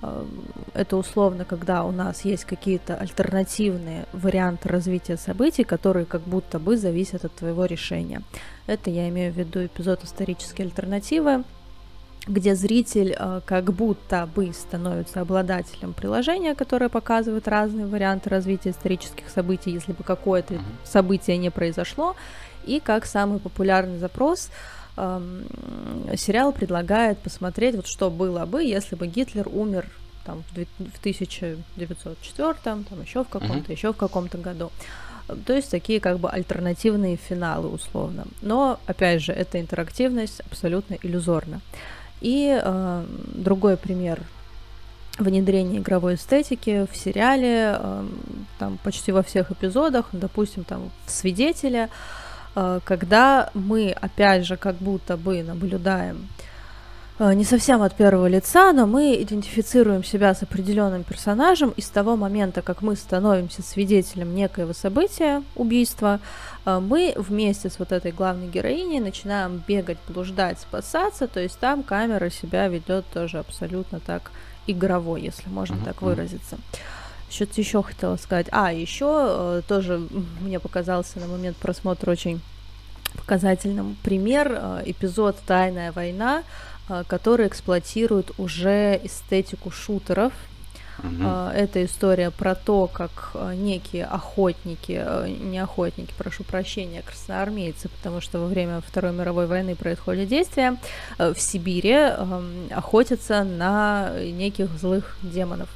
Это условно, когда у нас есть какие-то альтернативные варианты развития событий, которые как будто бы зависят от твоего решения. Это я имею в виду эпизод «Исторические альтернативы», где зритель э, как будто бы становится обладателем приложения, которое показывает разные варианты развития исторических событий, если бы какое-то событие не произошло. И как самый популярный запрос э, сериал предлагает посмотреть, вот что было бы, если бы Гитлер умер там, в тысяча девятьсот четвёртом, там, еще в каком-то, еще в каком-то году. То есть такие как бы альтернативные финалы условно. Но, опять же, эта интерактивность абсолютно иллюзорна. И э, другой пример внедрения игровой эстетики в сериале, э, там почти во всех эпизодах, допустим, там в «Свидетеле», э, когда мы, опять же, как будто бы наблюдаем э, не совсем от первого лица, но мы идентифицируем себя с определенным персонажем, и с того момента, как мы становимся свидетелем некоего события, убийства, мы вместе с вот этой главной героиней начинаем бегать, блуждать, спасаться, то есть там камера себя ведет тоже абсолютно так игрово, если можно uh-huh. так выразиться. Что-то еще хотела сказать. А, еще тоже мне показался на момент просмотра очень показательным пример, эпизод «Тайная война», который эксплуатирует уже эстетику шутеров. Uh-huh. Это история про то, как некие охотники, не охотники, прошу прощения, красноармейцы, потому что во время Второй мировой войны происходят действия, в Сибири охотятся на неких злых демонов.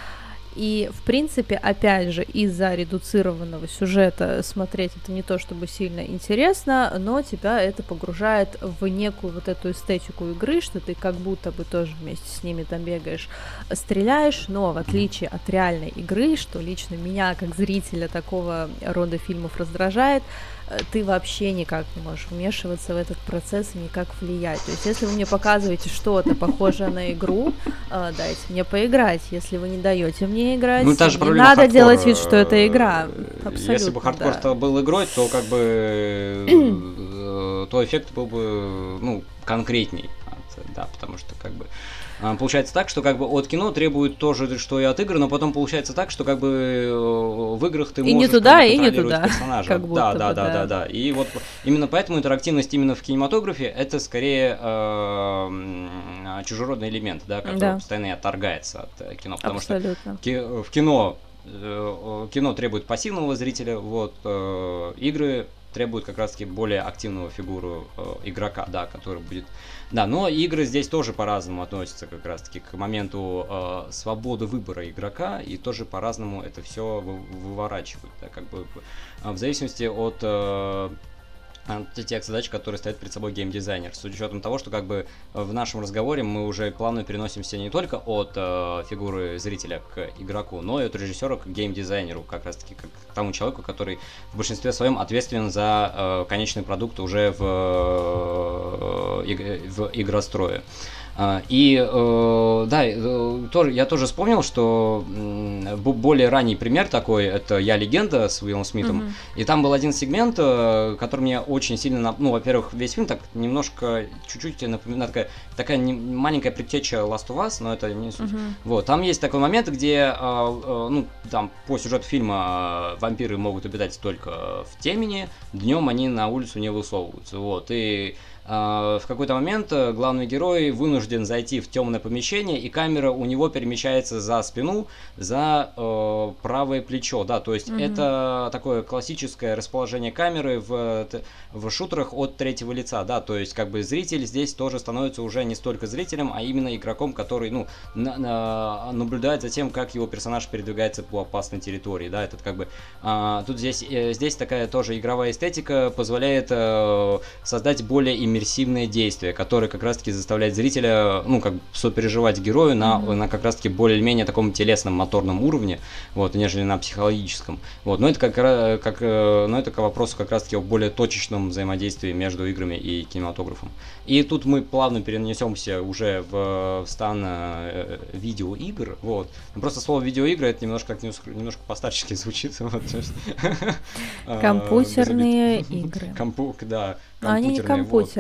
И, в принципе, опять же, из-за редуцированного сюжета смотреть это не то чтобы сильно интересно, но тебя это погружает в некую вот эту эстетику игры, что ты как будто бы тоже вместе с ними там бегаешь, стреляешь, но в отличие от реальной игры, что лично меня, как зрителя такого рода фильмов, раздражает, ты вообще никак не можешь вмешиваться в этот процесс и никак влиять. То есть, если вы мне показываете что-то похожее на игру, дайте мне поиграть. Если вы не даете мне играть, ну, не надо хардкор. Делать вид, что это игра. Абсолютно, если бы хардкор да. был игрой, то как бы то эффект был бы ну, конкретней. Да, потому что как бы получается так, что как бы от кино требует тоже, что и от игр, но потом получается так, что как бы в играх ты и можешь не туда, и не туда. Персонажа. Как да, будто да, бы, да, да, да, да. И вот именно поэтому интерактивность именно в кинематографе это скорее э, чужеродный элемент, да, который да. постоянно отторгается от кино, потому абсолютно. Что в кино э, кино требует пассивного зрителя, вот э, игры требуют как раз-таки более активного фигуру э, игрока, да, который будет. Да, но игры здесь тоже по-разному относятся как раз-таки к моменту э, свободы выбора игрока, и тоже по-разному это все вы, выворачивают, да, как бы в зависимости от э, тех задач, которые стоят перед собой геймдизайнер, с учетом того, что как бы в нашем разговоре мы уже плавно переносимся не только от э, фигуры зрителя к игроку, но и от режиссера к геймдизайнеру, как раз таки как к тому человеку, который в большинстве своем ответственен за э, конечный продукт уже в, э, в игрострое. И э, да, тоже, я тоже вспомнил, что э, более ранний пример такой, это «Я легенда» с Уиллом Смитом, mm-hmm. и там был один сегмент, э, который мне очень сильно, ну, во-первых, весь фильм так немножко, чуть-чуть напоминает, такая, такая не, маленькая предтеча Last of Us, но это не суть. Mm-hmm. Вот, там есть такой момент, где, э, э, ну, там по сюжету фильма вампиры могут обитать только в темени, днем они на улицу не высовываются, вот, и в какой-то момент главный герой вынужден зайти в темное помещение, и камера у него перемещается за спину, за э, правое плечо, да, то есть mm-hmm. это такое классическое расположение камеры в, в шутерах от третьего лица, да, то есть как бы зритель здесь тоже становится уже не столько зрителем, а именно игроком, который, ну, на, на, наблюдает за тем, как его персонаж передвигается по опасной территории, да, это как бы, э, тут здесь, э, здесь такая тоже игровая эстетика позволяет э, создать более иммерсивное действие, которое как раз-таки заставляет зрителя, ну, как бы сопереживать герою на, mm-hmm. на как раз-таки более-менее таком телесном, моторном уровне, вот, нежели на психологическом. Вот, но это как, как, но это к вопросу как раз-таки о более точечном взаимодействии между играми и кинематографом. И тут мы плавно перенесемся уже в, в стан э, видеоигр, вот. Просто слово видеоигры это немножко как немножко, немножко по-старчески звучит. Компьютерные игры. Компу, да. Но они не компьютерные,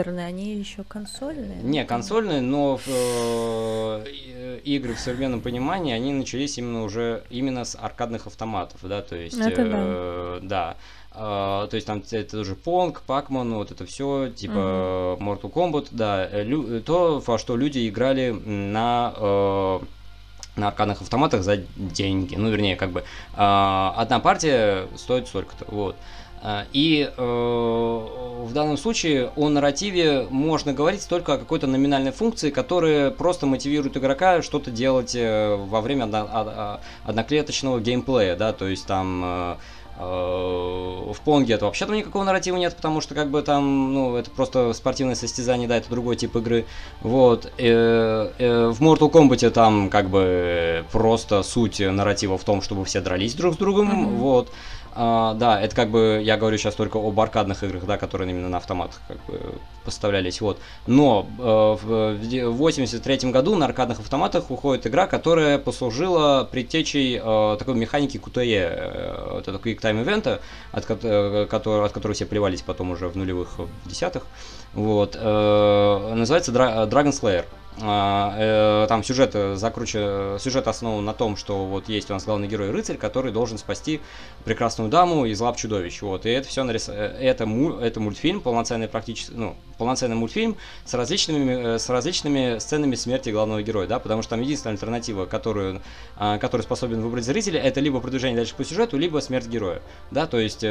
компьютерные, они еще консольные? Не, консольные, но в, э, игры в современном понимании, они начались именно уже именно с аркадных автоматов, да, то есть, Это э, да. Uh, то есть там это уже Pong, Pac-Man, вот это все, типа uh-huh. Mortal Kombat, да, лю- то, во что люди играли на, uh, на аркадных автоматах за деньги, ну, вернее, как бы uh, одна партия стоит столько-то, вот. Uh, и uh, в данном случае о нарративе можно говорить только о какой-то номинальной функции, которая просто мотивирует игрока что-то делать uh, во время одно- одноклеточного геймплея, да, то есть там... Uh, в Понге это вообще там никакого нарратива нет, потому что как бы там, ну, это просто спортивное состязание, да, это другой тип игры. Вот. В Mortal Kombat там как бы просто суть нарратива в том, чтобы все дрались друг с другом, mm-hmm. вот. Uh, да, это как бы, я говорю сейчас только об аркадных играх, да, которые именно на автоматах как бы поставлялись, вот. Но uh, в восемьдесят третьем году на аркадных автоматах выходит игра, которая послужила предтечей uh, такой механики кью ти и, uh, это Quick Time Event, от, uh, который, от которой все плевались потом уже в нулевых, в десятых, вот. Uh, называется Dra- Dragon Slayer. Uh, uh, там сюжет закручен, сюжет основан на том, что вот есть у нас главный герой рыцарь, который должен спасти прекрасную даму из лап чудовищ. Вот, и это все нарис... это, му... это мультфильм, полноценный практически, ну, полноценный мультфильм с различными, с различными сценами смерти главного героя, да, потому что там единственная альтернатива, которую, uh, которую способен выбрать зритель, это либо продвижение дальше по сюжету, либо смерть героя, да, то есть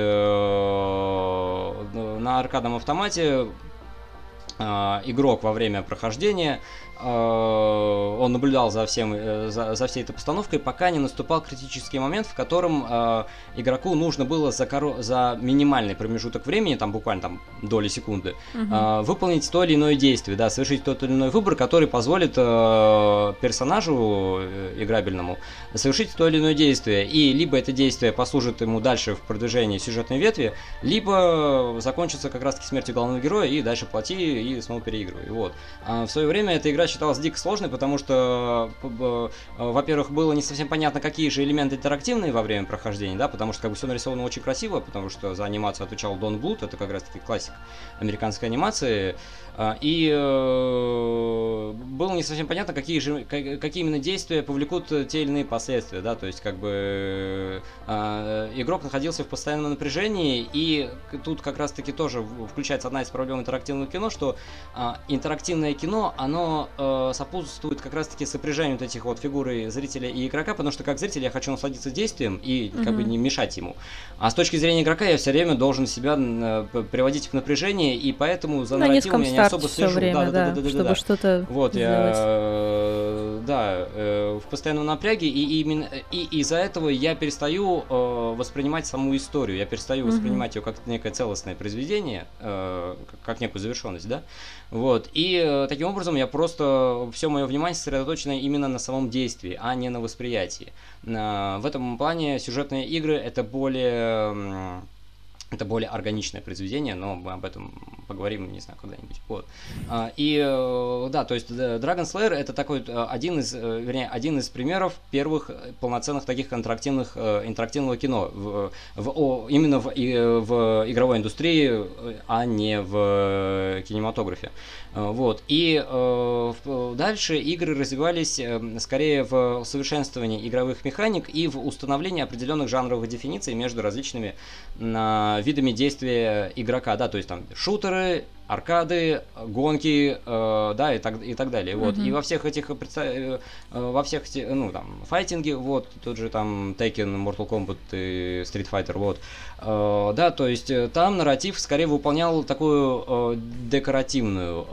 uh, на аркадном автомате uh, игрок во время прохождения он наблюдал за, всем, за, за всей этой постановкой, пока не наступал критический момент, в котором э, игроку нужно было за, коро- за минимальный промежуток времени, там буквально там, доли секунды, uh-huh. э, выполнить то или иное действие, да, совершить тот или иной выбор, который позволит э, персонажу э, играбельному совершить то или иное действие. И либо это действие послужит ему дальше в продвижении сюжетной ветви, либо закончится как раз-таки смертью главного героя, и дальше плати, и снова переигрывай. Вот. А в свое время эта игра считалась дико сложной, потому что, во-первых, было не совсем понятно, какие же элементы интерактивные во время прохождения, да, потому что как бы все нарисовано очень красиво, потому что за анимацию отвечал Дон Блуд, это как раз-таки классик американской анимации, и э, было не совсем понятно, какие же, какие именно действия повлекут те или иные последствия, да, то есть как бы э, игрок находился в постоянном напряжении, и тут как раз-таки тоже включается одна из проблем интерактивного кино, что э, интерактивное кино, оно э, сопутствует как раз-таки сопряжению вот этих вот фигуры зрителя и игрока, потому что как зритель я хочу насладиться действием и как mm-hmm. бы не мешать ему, а с точки зрения игрока я все время должен себя э, приводить в напряжение, и поэтому за нарративом я не особо слежу, время, да, да, да, да, да, да, чтобы да. что-то вот, сделать. Я, да, э, в постоянном напряге, и именно и из-за этого я перестаю э, воспринимать саму историю, я перестаю mm-hmm. воспринимать ее как некое целостное произведение, э, как некую завершенность, да, вот, и э, таким образом я просто, все мое внимание сосредоточено именно на самом действии, а не на восприятии. Э, в этом плане сюжетные игры это более... Э, Это более органичное произведение, но мы об этом поговорим, не знаю, когда-нибудь. Вот. И да, то есть Dragon Slayer это такой один из, вернее, один из примеров первых полноценных таких интерактивных, интерактивного кино в, в, именно в, в игровой индустрии, а не в кинематографе. Вот. И э, дальше игры развивались э, скорее в усовершенствовании игровых механик и в установлении определенных жанровых дефиниций между различными э, видами действия игрока, да, то есть там шутеры, аркады, гонки, э, да, и так, и так далее, вот, mm-hmm. и во всех этих, э, во всех, ну, там, файтинге, вот, тут же там Tekken, Mortal Kombat и Street Fighter, вот, э, да, то есть там нарратив скорее выполнял такую э, декоративную,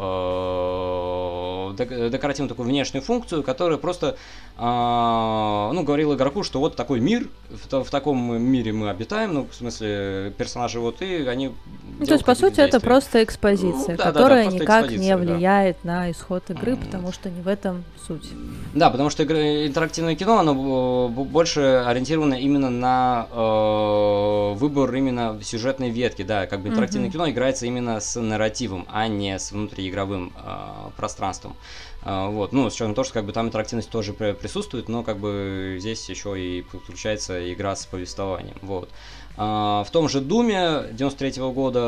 э, дек, декоративную такую внешнюю функцию, которая просто, э, ну, говорила игроку, что вот такой мир, в, в таком мире мы обитаем, ну, в смысле, персонажи вот, и они... Ну, то есть, по сути, действия. Это просто экспозиция. Ну, да, которая да, да, никак не влияет да. на исход игры, mm. потому что не в этом суть. Да, потому что игры, интерактивное кино, оно больше ориентировано именно на э, выбор именно сюжетной ветки, да, как бы интерактивное mm-hmm. кино играется именно с нарративом, а не с внутриигровым э, пространством. А, вот, ну, с учетом того, что как бы там интерактивность тоже присутствует, но как бы здесь еще и подключается игра с повествованием, вот. А, в том же Думе девяносто третьего года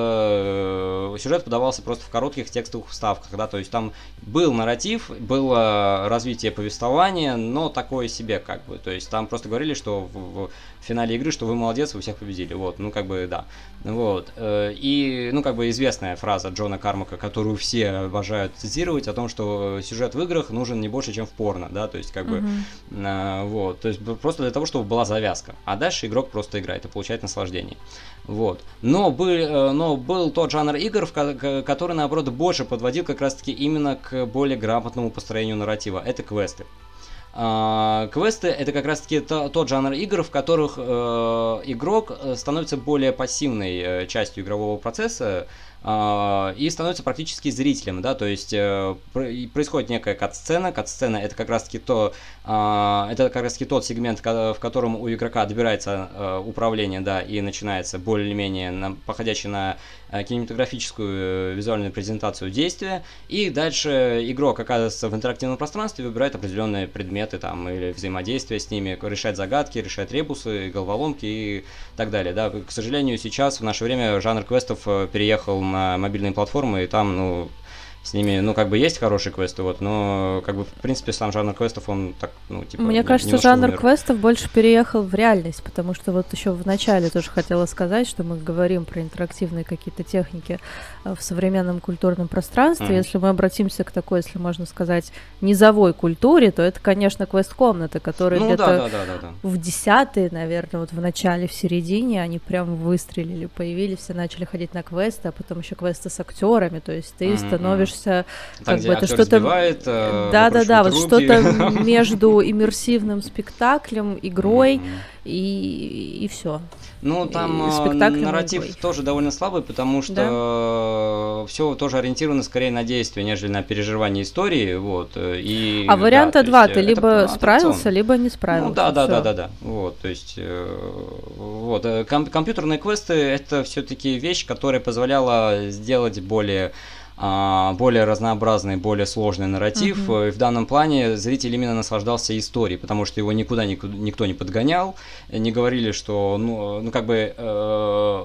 э, сюжет подавался просто в коротких текстовых вставках, да, то есть там был нарратив, было развитие повествования, но такое себе, как бы, то есть там просто говорили, что в, в финале игры, что вы молодец, вы всех победили, вот, ну, как бы, да, вот, и, ну, как бы известная фраза Джона Кармака, которую все обожают цитировать, о том, что сюжет в играх нужен не больше, чем в порно, да, то есть, как бы, mm-hmm. вот, то есть просто для того, чтобы была завязка, а дальше игрок просто играет и получает наслаждение. Вот. Но был, но был тот жанр игр, который, наоборот, больше подводил как раз-таки именно к более грамотному построению нарратива. Это квесты. Uh, квесты — это как раз-таки то, тот жанр игр, в которых uh, игрок становится более пассивной uh, частью игрового процесса, Uh, и становится практически зрителем, да, то есть uh, происходит некая кат-сцена, кат-сцена — это как раз-таки то, uh, это как раз-таки тот сегмент, в котором у игрока добирается uh, управление, да, и начинается более-менее на, походящий на uh, кинематографическую uh, визуальную презентацию действия, и дальше игрок оказывается в интерактивном пространстве, выбирает определенные предметы там или взаимодействие с ними, решает загадки, решает ребусы, головоломки и так далее, да. К сожалению, сейчас в наше время жанр квестов uh, переехал на мобильные платформы, и там, ну, с ними, ну, как бы есть хорошие квесты, вот, но, как бы, в принципе, сам жанр квестов, он так, ну, типа... Мне кажется, жанр умер. Квестов больше переехал в реальность, потому что вот еще в начале тоже хотела сказать, что мы говорим про интерактивные какие-то техники в современном культурном пространстве. Mm-hmm. Если мы обратимся к такой, если можно сказать, низовой культуре, то это, конечно, квест-комнаты, которые ну, где-то да, да, да, да, да. в десятые, наверное, вот в начале, в середине, они прям выстрелили, появились, все начали ходить на квесты, а потом еще квесты с актерами, то есть ты mm-hmm. становишься Там, как бы это что-то сбивает, э, да, да, да, вот что-то между иммерсивным спектаклем, игрой mm-hmm. и, и все. Ну, там нарратив тоже довольно слабый, потому что да? все тоже ориентировано скорее на действие, нежели на переживание истории, вот. И, а варианта да, два, ты либо справился, либо не справился. Ну, да, да, да, да, да, вот, то есть, вот, ком- компьютерные квесты — это все-таки вещь, которая позволяла сделать более более разнообразный, более сложный нарратив. Uh-huh. И в данном плане зритель именно наслаждался историей, потому что его никуда никто не подгонял, не говорили, что, ну, ну как бы э,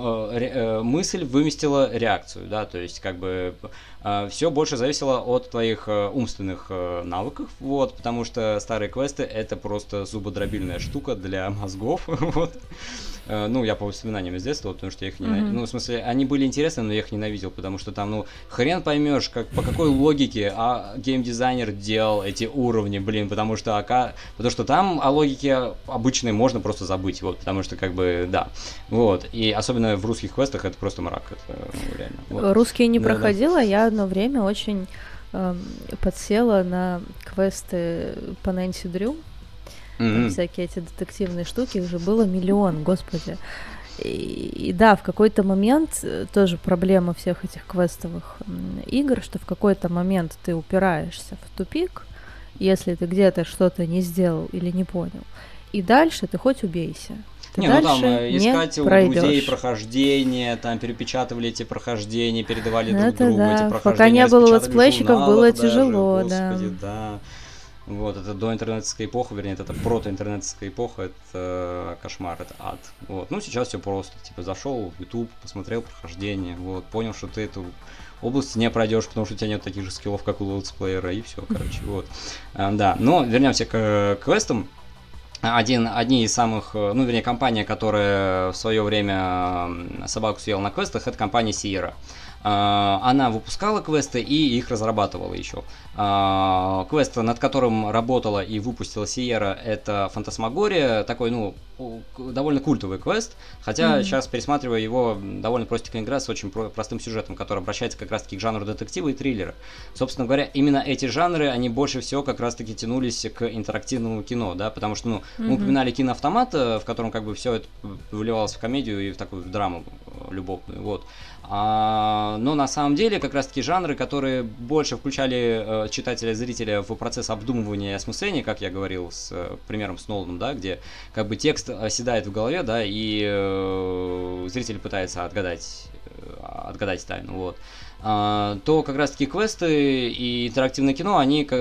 э, мысль выместила реакцию, да, то есть как бы э, все больше зависело от твоих э, умственных э, навыков, вот, потому что старые квесты — это просто зубодробильная штука для мозгов, вот. Ну, я по воспоминаниям из детства, потому что я их ненавидел. Mm-hmm. Ну, в смысле, они были интересны, но я их ненавидел, потому что там, ну, хрен поймешь, как, по какой логике а, геймдизайнер делал эти уровни, блин, потому что, ака... потому что там о логике обычной можно просто забыть, вот, потому что, как бы, да, вот, и особенно в русских квестах это просто мрак, это, ну, реально. Вот. Русские не да, проходила, да. Я одно время очень э, подсела на квесты по Нэнси Дрю. Mm-hmm. Всякие эти детективные штуки, их же было миллион, господи. И, и да, в какой-то момент тоже проблема всех этих квестовых игр, что в какой-то момент ты упираешься в тупик, если ты где-то что-то не сделал или не понял. И дальше ты хоть убейся. Ты не, ну там искать у друзей пройдёшь. Прохождения, там перепечатывали эти прохождения, передавали друг Это другу да. эти прохождения. Пока не было летсплейщиков, было тяжело, даже, да. Господи, да. Вот, это доинтернетская эпоха, вернее, это протоинтернетская эпоха, это кошмар, это ад. Вот, ну сейчас все просто, типа зашел в YouTube, посмотрел прохождение, вот, понял, что ты эту область не пройдешь, потому что у тебя нет таких же скиллов, как у летсплеера, и все, короче, вот. А, да, но вернемся к квестам. Один, одни из самых, ну, вернее, компания, которая в свое время собаку съела на квестах, это компания Sierra. Она выпускала квесты и их разрабатывала еще. Квест, над которым работала и выпустила Sierra, это Фантасмагория, такой, ну, довольно культовый квест, хотя mm-hmm. сейчас пересматриваю его, довольно простенькая игра с очень про- простым сюжетом, который обращается как раз-таки к жанру детектива и триллера. Собственно говоря, именно эти жанры, они больше всего как раз-таки тянулись к интерактивному кино, да, потому что, ну, mm-hmm. мы упоминали киноавтомат, в котором как бы все это выливалось в комедию и в такую драму любовную, вот. А, но на самом деле как раз-таки жанры, которые больше включали э, читателя, зрителя в процесс обдумывания и осмысления, как я говорил с э, примером с Ноланом, да, где как бы текст оседает в голове, да, и э, зритель пытается отгадать, э, отгадать тайну, вот. а, то как раз-таки квесты и интерактивное кино, они э,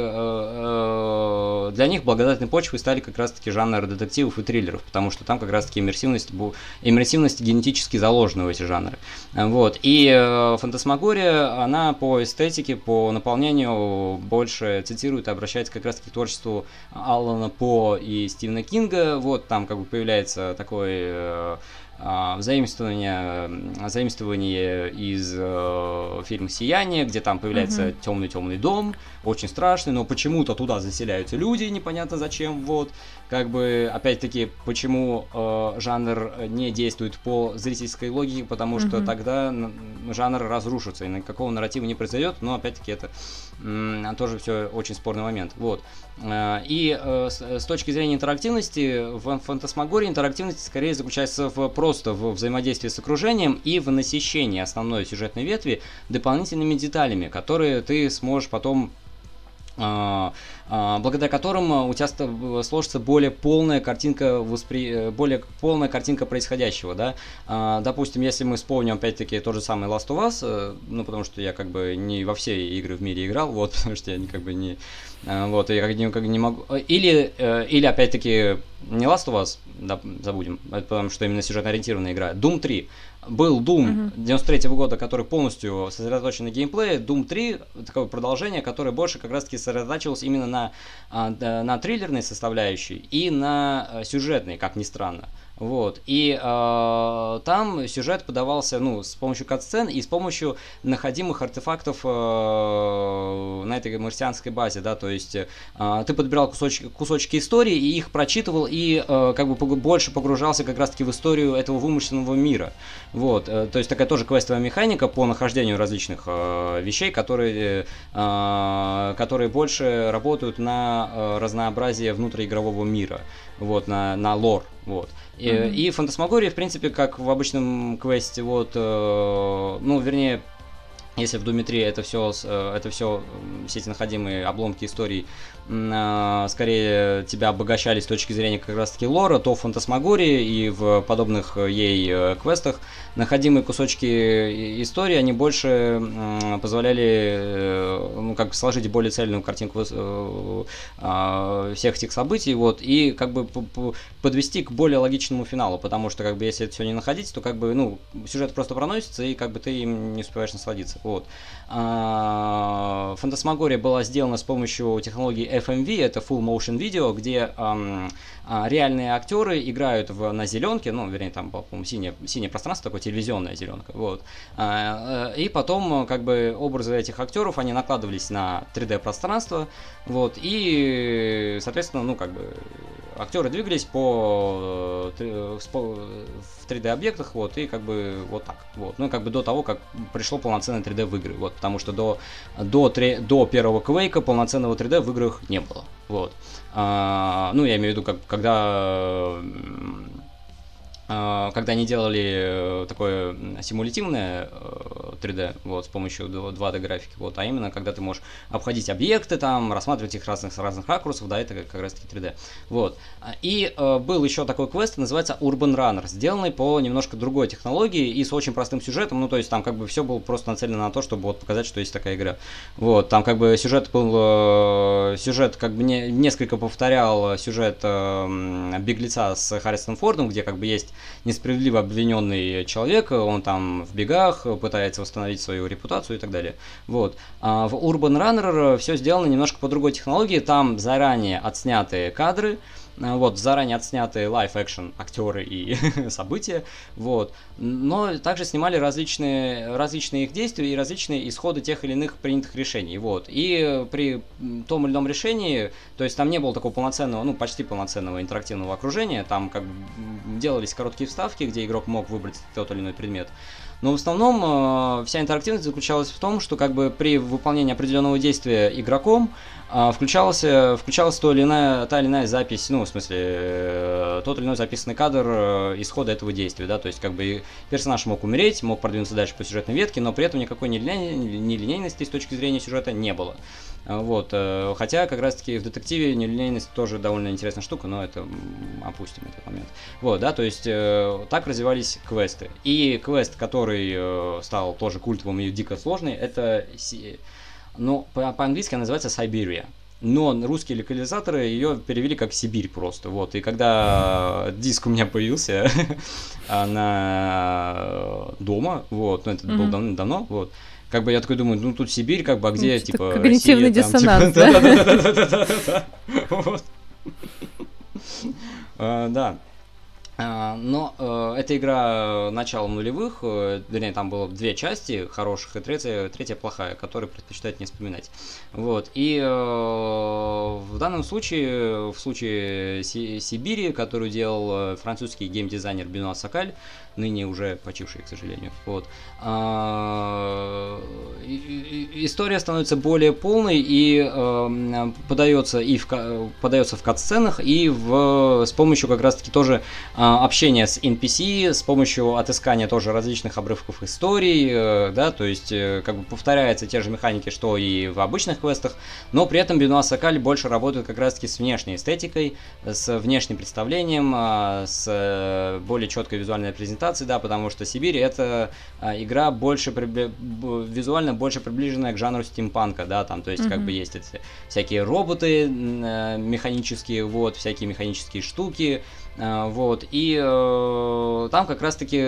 э, для них благодатной почвой стали как раз-таки жанр детективов и триллеров, потому что там как раз-таки иммерсивность, иммерсивность генетически заложена в эти жанры. Вот. И э, фантасмагория, она по эстетике, по наполнению больше цитирует и обращается как раз-таки к творчеству Алана По и Стивена Кинга. Вот там как бы появляется такой э, Взаимствование, взаимствование из э, фильма «Сияние», где там появляется uh-huh. темный-темный дом, очень страшный, но почему-то туда заселяются люди, непонятно зачем, вот. Как бы, опять-таки, почему э, жанр не действует по зрительской логике, потому что uh-huh. тогда жанр разрушится, и никакого нарратива не произойдет, но, опять-таки, это м, тоже все очень спорный момент, вот. И э, с, с точки зрения интерактивности, в фантасмагории интерактивность скорее заключается в, просто в взаимодействии с окружением и в насыщении основной сюжетной ветви дополнительными деталями, которые ты сможешь потом э, благодаря которым у тебя сложится более полная картинка, воспри... более полная картинка происходящего, да. Допустим, если мы вспомним, опять-таки, тот же самый Last of Us, ну, потому что я как бы не во все игры в мире играл, вот, потому что я как бы не... Вот, я как, как не могу... Или, или опять-таки, не Last of Us, да, забудем, потому что именно сюжетно-ориентированная игра, Doom три. Был Doom uh-huh. девяносто третьего года, который полностью сосредоточен на геймплее. Doom три, такое продолжение, которое больше как раз-таки сосредотачивалось именно на, на, на триллерной составляющей и на сюжетной, как ни странно. Вот. И э, там сюжет подавался, ну, с помощью кат-сцен и с помощью находимых артефактов э, на этой марсианской базе, да, то есть э, ты подбирал кусочки, кусочки истории и их прочитывал и э, как бы больше погружался как раз-таки в историю этого вымышленного мира. Вот. Э, то есть такая тоже квестовая механика по нахождению различных э, вещей, которые, э, которые больше работают на э, разнообразие внутриигрового мира, вот, на, на лор, вот. И, mm-hmm. и фантасмагория, в принципе, как в обычном квесте, вот, э, ну, вернее, если в Doom три это все, это все, все эти находимые обломки историй э, скорее тебя обогащали с точки зрения как раз-таки лора, то в фантасмагории и в подобных ей э, квестах находимые кусочки истории, они больше э, позволяли, э, ну, как сложить более цельную картинку э, э, всех этих событий, вот, и как бы подвести к более логичному финалу, потому что, как бы, если это все не находить, то, как бы, ну, сюжет просто проносится, и, как бы, ты им не успеваешь насладиться, вот. А, фантасмагория была сделана с помощью технологии эф эм ви, это Full Motion Video, где а, а, реальные актеры играют в, на зеленке, ну, вернее, там, по-моему, синее, синее пространство, такое телевизионная зеленка, вот. А, и потом, как бы, образы этих актеров, они накладывались на три дэ пространство, вот, и, соответственно, ну, как бы, актеры двигались по, по в три дэ объектах, вот, и как бы вот так, вот, ну, как бы до того, как пришло полноценное три дэ в игры, вот, потому что до, до, до первого Quake'а полноценного три дэ в играх не было, вот, а, ну, я имею в виду, как, когда... когда они делали такое симулятивное три дэ, вот, с помощью два дэ графики, вот, а именно, когда ты можешь обходить объекты, там, рассматривать их разных, с разных ракурсов, да, это как раз таки три дэ, вот. И э, был еще такой квест, называется Urban Runner, сделанный по немножко другой технологии и с очень простым сюжетом, ну, то есть там как бы все было просто нацелено на то, чтобы вот показать, что есть такая игра, вот, там как бы сюжет был, э, сюжет как бы не, несколько повторял сюжет э, Беглеца с Харрисоном Фордом, где как бы есть несправедливо обвиненный человек, он там в бегах, пытается восстановить свою репутацию и так далее. Вот. А в Urban Runner все сделано немножко по другой технологии, там заранее отснятые кадры, вот, заранее отснятые лайв-экшн актеры и события, вот, но также снимали различные, различные их действия и различные исходы тех или иных принятых решений, вот, и при том или ином решении, то есть там не было такого полноценного, ну, почти полноценного интерактивного окружения, там как бы делались короткие вставки, где игрок мог выбрать тот или иной предмет, но в основном э, вся интерактивность заключалась в том, что как бы при выполнении определенного действия игроком э, включалась, включалась то или иная, та или иная запись, ну, в смысле, э, тот или иной записанный кадр э, исхода этого действия, да, то есть как бы персонаж мог умереть, мог продвинуться дальше по сюжетной ветке, но при этом никакой нелинейности с точки зрения сюжета не было. Вот, э, хотя как раз-таки в детективе нелинейность тоже довольно интересная штука, но это опустим этот момент. Вот, да, то есть э, так развивались квесты. И квест, который который э, стал тоже культовым и дико сложный, это, ну, по-английски она называется Siberia. Но русские локализаторы ее перевели как Сибирь просто, вот, и когда диск у меня появился на дома, вот, ну, это было давно, вот, как бы я такой думаю, ну, тут Сибирь, как бы, а где, типа, когнитивный диссонанс, да? Да-да-да-да-да-да-да, вот. Да. Но э, эта игра начала нулевых, э, вернее, там было две части хороших и третья, третья плохая, которую предпочитают не вспоминать. Вот. И э, в данном случае, в случае Си- Сибири, которую делал французский геймдизайнер Бенуа Сокаль, ныне уже почивший, к сожалению. Вот. А, и, и, история становится более полной и э, подается, и в, подается в кат-сценах, и в, с помощью как раз-таки тоже э, общения с эн пи си, с помощью отыскания тоже различных обрывков историй, э, да, то есть э, как бы повторяются те же механики, что и в обычных квестах, но при этом Бенуа Сокаль больше работает как раз-таки с внешней эстетикой, с внешним представлением, э, с более четкой визуальной презентацией, да, потому что Сибирь это а, игра больше прибли... визуально больше приближенная к жанру стимпанка, да, там, то есть mm-hmm. как бы есть эти всякие роботы э, механические, вот, всякие механические штуки, э, вот, и э, там как раз-таки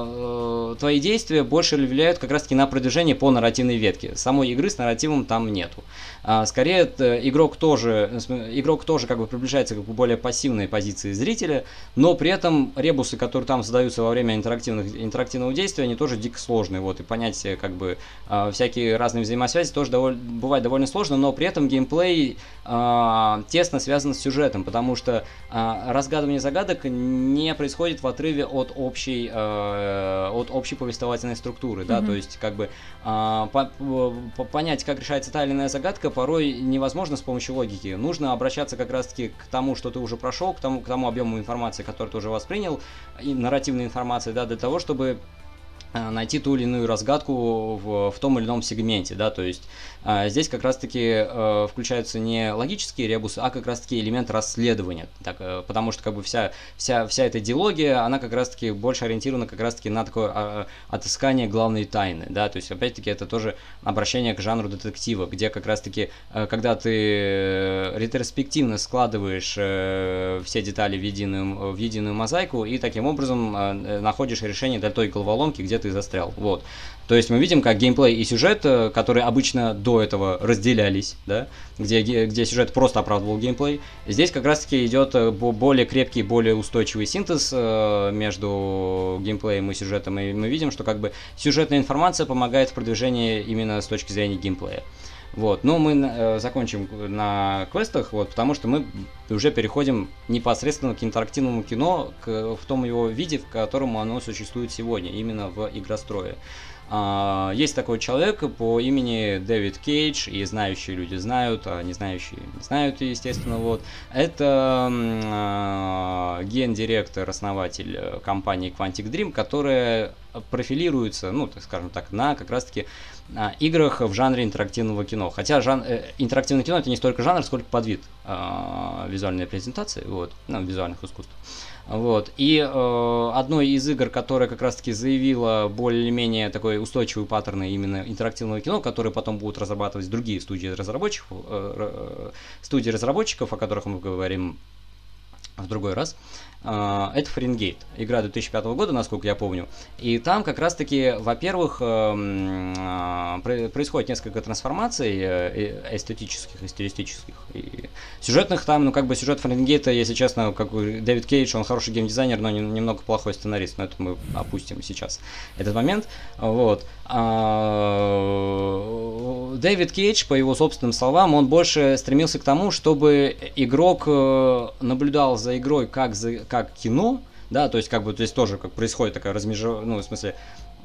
э, твои действия больше влияют как раз-таки на продвижение по нарративной ветке. Самой игры с нарративом там нету. А, скорее, это, игрок тоже, игрок тоже как бы приближается к более пассивной позиции зрителя, но при этом ребусы, которые там задаются во время интерактивных, интерактивного действия, они тоже дико сложные, вот, и понять, как бы, э, всякие разные взаимосвязи тоже довольно, бывает довольно сложно, но при этом геймплей э, тесно связан с сюжетом, потому что э, разгадывание загадок не происходит в отрыве от общей, э, от общей повествовательной структуры, mm-hmm. да, то есть, как бы, э, по, по, понять, как решается та или иная загадка, порой невозможно с помощью логики, нужно обращаться как раз-таки к тому, что ты уже прошел, к тому, к тому объему информации, который ты уже воспринял, и нарративной информации, да, для того, чтобы найти ту или иную разгадку в, в том или ином сегменте, да, то есть а, здесь как раз-таки а, включаются не логические ребусы, а как раз-таки элемент расследования, так, а, потому что как бы вся, вся, вся эта диалогия, она как раз-таки больше ориентирована как раз-таки на такое а, отыскание главной тайны, да, то есть опять-таки это тоже обращение к жанру детектива, где как раз-таки, а, когда ты ретроспективно складываешь а, все детали в единую, в единую мозаику и таким образом а, находишь решение для той головоломки, где ты застрял, вот. То есть мы видим, как геймплей и сюжет, которые обычно до этого разделялись, да, где, где сюжет просто оправдывал геймплей, здесь как раз-таки идет более крепкий, более устойчивый синтез между геймплеем и сюжетом, и мы видим, что как бы сюжетная информация помогает в продвижении именно с точки зрения геймплея. Вот, но мы э, закончим на квестах, вот, потому что мы уже переходим непосредственно к интерактивному кино, к, в том его виде, в котором оно существует сегодня, именно в игрострое. А, есть такой человек по имени Дэвид Кейдж, и знающие люди знают, а не знающие не знают, естественно, вот. Это а, гендиректор, основатель компании Quantic Dream, которая профилируется, ну, так скажем так, на как раз-таки играх в жанре интерактивного кино. Хотя жан... интерактивное кино это не столько жанр, сколько подвид э, визуальной презентации, вот, ну, визуальных искусств. Вот. И э, одной из игр, которая как раз-таки заявила более-менее такой устойчивый паттерн именно интерактивного кино, которые потом будут разрабатывать другие студии разработчиков, э, студии разработчиков, о которых мы говорим в другой раз, это Фаренгейт, игра две тысячи пятого года, насколько я помню. И там как раз-таки, во-первых, происходит несколько трансформаций эстетических и стилистических. И сюжетных там, ну как бы сюжет Фаренгейта, если честно, как бы Дэвид Кейдж, он хороший геймдизайнер, но немного плохой сценарист, но это мы опустим сейчас этот момент. Вот. Дэвид Кейдж, по его собственным словам, он больше стремился к тому, чтобы игрок наблюдал за игрой как за как кино, да, то есть как бы здесь тоже как происходит такая размежевание, ну, в смысле,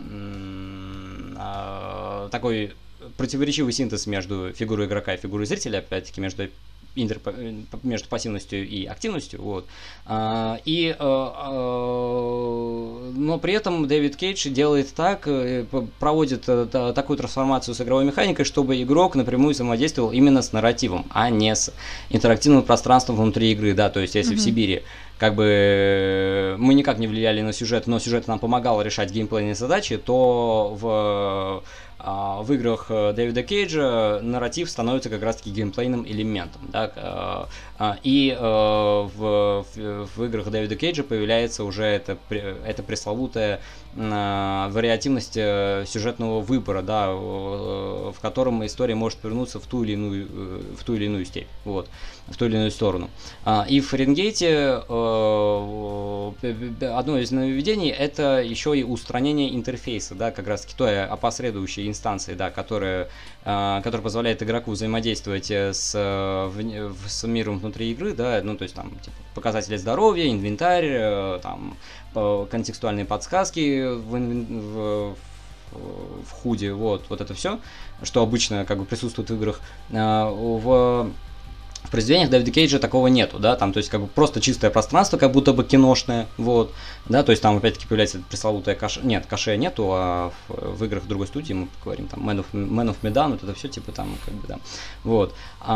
э, такой противоречивый синтез между фигурой игрока и фигурой зрителя, опять-таки между интер, между пассивностью и активностью, вот. А, и, а, а, но при этом Дэвид Кейдж делает так, проводит а, такую трансформацию с игровой механикой, чтобы игрок напрямую взаимодействовал именно с нарративом, а не с интерактивным пространством внутри игры, да, то есть если mm-hmm. в Сибири как бы мы никак не влияли на сюжет, но сюжет нам помогал решать геймплейные задачи, то в в играх Дэвида Кейджа нарратив становится как раз-таки геймплейным элементом, да, и в, в, в играх Дэвида Кейджа появляется уже эта, эта пресловутая вариативность сюжетного выбора, да, в котором история может повернуться в ту или иную, в ту или иную степь, вот, в ту или иную сторону. И в Фаренгейте одно из нововведений — это еще и устранение интерфейса, да, как раз-таки той опосредующей инстанции, да, которая, которая позволяет игроку взаимодействовать с, с миром внутри игры, да, ну, то есть там типа, показатели здоровья, инвентарь, там, контекстуальные подсказки в, в, в худе, вот, вот это все, что обычно как бы присутствует в играх. В В произведениях Дэвида Кейджа такого нету, да, там, то есть, как бы просто чистое пространство, как будто бы киношное, вот, да, то есть, там, опять-таки, появляется пресловутая каше, нет, каше нету, а в, в играх другой студии мы говорим, там, Man of, Man of Medan, вот это все, типа, там, как бы, да, вот,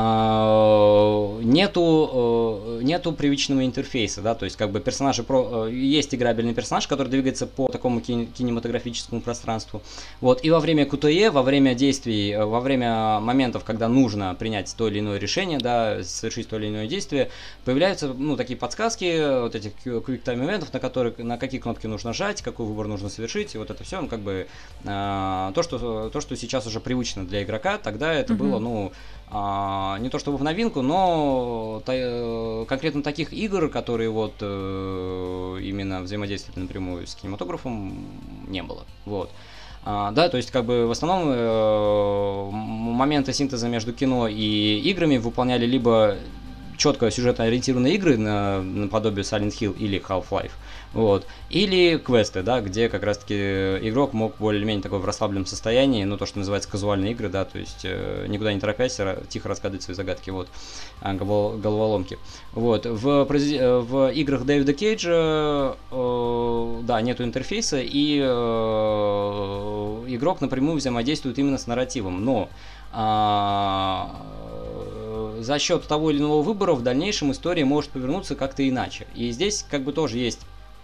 а, нету, нету привычного интерфейса, да, то есть, как бы, персонажи, про, есть играбельный персонаж, который двигается по такому кинематографическому пространству, вот, и во время ку тэ е, во время действий, во время моментов, когда нужно принять то или иное решение, да, совершить то или иное действие, появляются, ну, такие подсказки, вот этих quick-time моментов, на которые, на какие кнопки нужно жать, какой выбор нужно совершить, и вот это все, ну, как бы, э, то, что, то, что сейчас уже привычно для игрока, тогда это mm-hmm. было, ну, э, не то чтобы в новинку, но та, конкретно таких игр, которые вот э, именно взаимодействуют напрямую с кинематографом, не было, вот. Uh, да, то есть, как бы, в основном э, моменты синтеза между кино и играми выполняли либо четко сюжетно ориентированные игры на, наподобие Silent Hill или Half-Life, вот, или квесты, да, где как раз-таки игрок мог более-менее такой в расслабленном состоянии, ну, то, что называется казуальные игры, да, то есть э, никуда не торопясь, тихо разгадывать свои загадки, вот, головоломки. Вот, в, в играх Дэвида Кейджа, э, да, нету интерфейса, и э, игрок напрямую взаимодействует именно с нарративом, но э, за счет того или иного выбора в дальнейшем история может повернуться как-то иначе. И здесь как бы тоже есть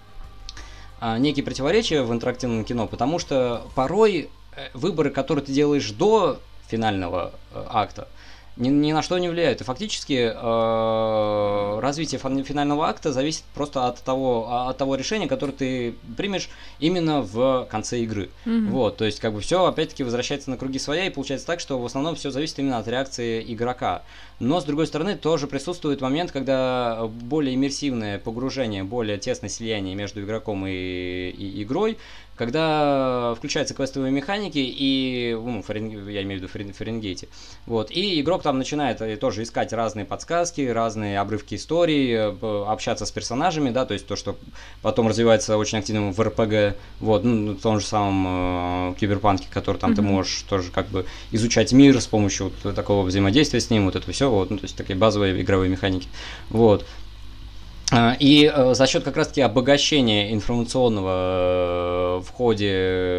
а, некие противоречия в интерактивном кино, потому что порой выборы, которые ты делаешь до финального э, акта, ни, ни на что не влияют. И фактически э, развитие финального акта зависит просто от того, от того решения, которое ты примешь именно в конце игры. Mm-hmm. Вот, то есть как бы все опять-таки возвращается на круги своя, и получается так, что в основном все зависит именно от реакции игрока. Но с другой стороны тоже присутствует момент, когда более иммерсивное погружение, более тесное слияние между игроком и, и игрой, когда включаются квестовые механики, и, ну, Фарен... я имею в виду в Фаренгейте, вот, и игрок там начинает тоже искать разные подсказки, разные обрывки истории, общаться с персонажами, да, то есть то, что потом развивается очень активно в эр пи джи, вот, ну, в том же самом э, Киберпанке, который там mm-hmm. ты можешь тоже как бы изучать мир с помощью вот такого взаимодействия с ним, вот это все, вот, ну, то есть такие базовые игровые механики, вот. И э, за счет как раз-таки обогащения информационного э, в ходе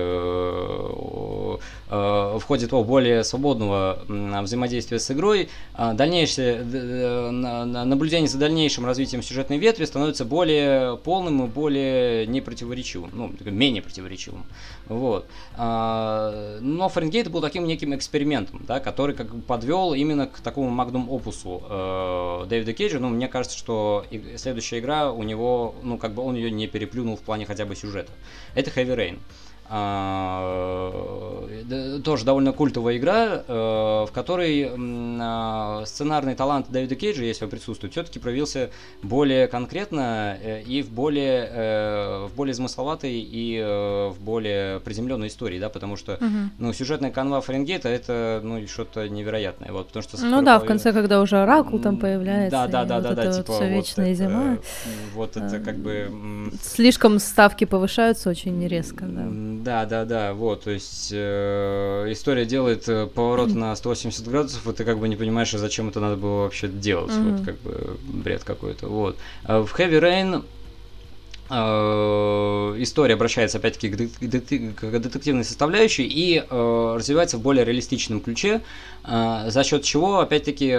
э, в ходе того более свободного взаимодействия с игрой, дальнейшее наблюдение за дальнейшим развитием сюжетной ветви становится более полным и более непротиворечивым, ну, менее противоречивым. Вот. Но Фаренгейт был таким неким экспериментом, да, который как бы подвел именно к такому магнум-опусу э, Дэвида Кейджа. Ну, мне кажется, что следующая игра у него, ну, как бы он ее не переплюнул в плане хотя бы сюжета. Это Heavy Rain. Uh, тоже довольно культовая игра, uh, в которой uh, сценарный талант Дэвида Кейджа, если он присутствует, все-таки проявился более конкретно uh, и в более, uh, в более замысловатой и uh, в более приземленной истории, да, потому что uh-huh. ну, сюжетная канва Фаренгейта это ну, что-то невероятное. Вот, потому что ну да, в конце, когда уже Оракул там появляется, да, да, да, вот да, да, вот типа все вот вечная это, зима. Вот это как бы... Слишком ставки повышаются очень резко, да. Да, да, да, вот, то есть э, история делает поворот на сто восемьдесят градусов, и ты как бы не понимаешь, зачем это надо было вообще делать, mm-hmm. вот, как бы, бред какой-то, вот. А в Heavy Rain э, история обращается опять-таки к, детек- к детективной составляющей и э, развивается в более реалистичном ключе, э, за счет чего опять-таки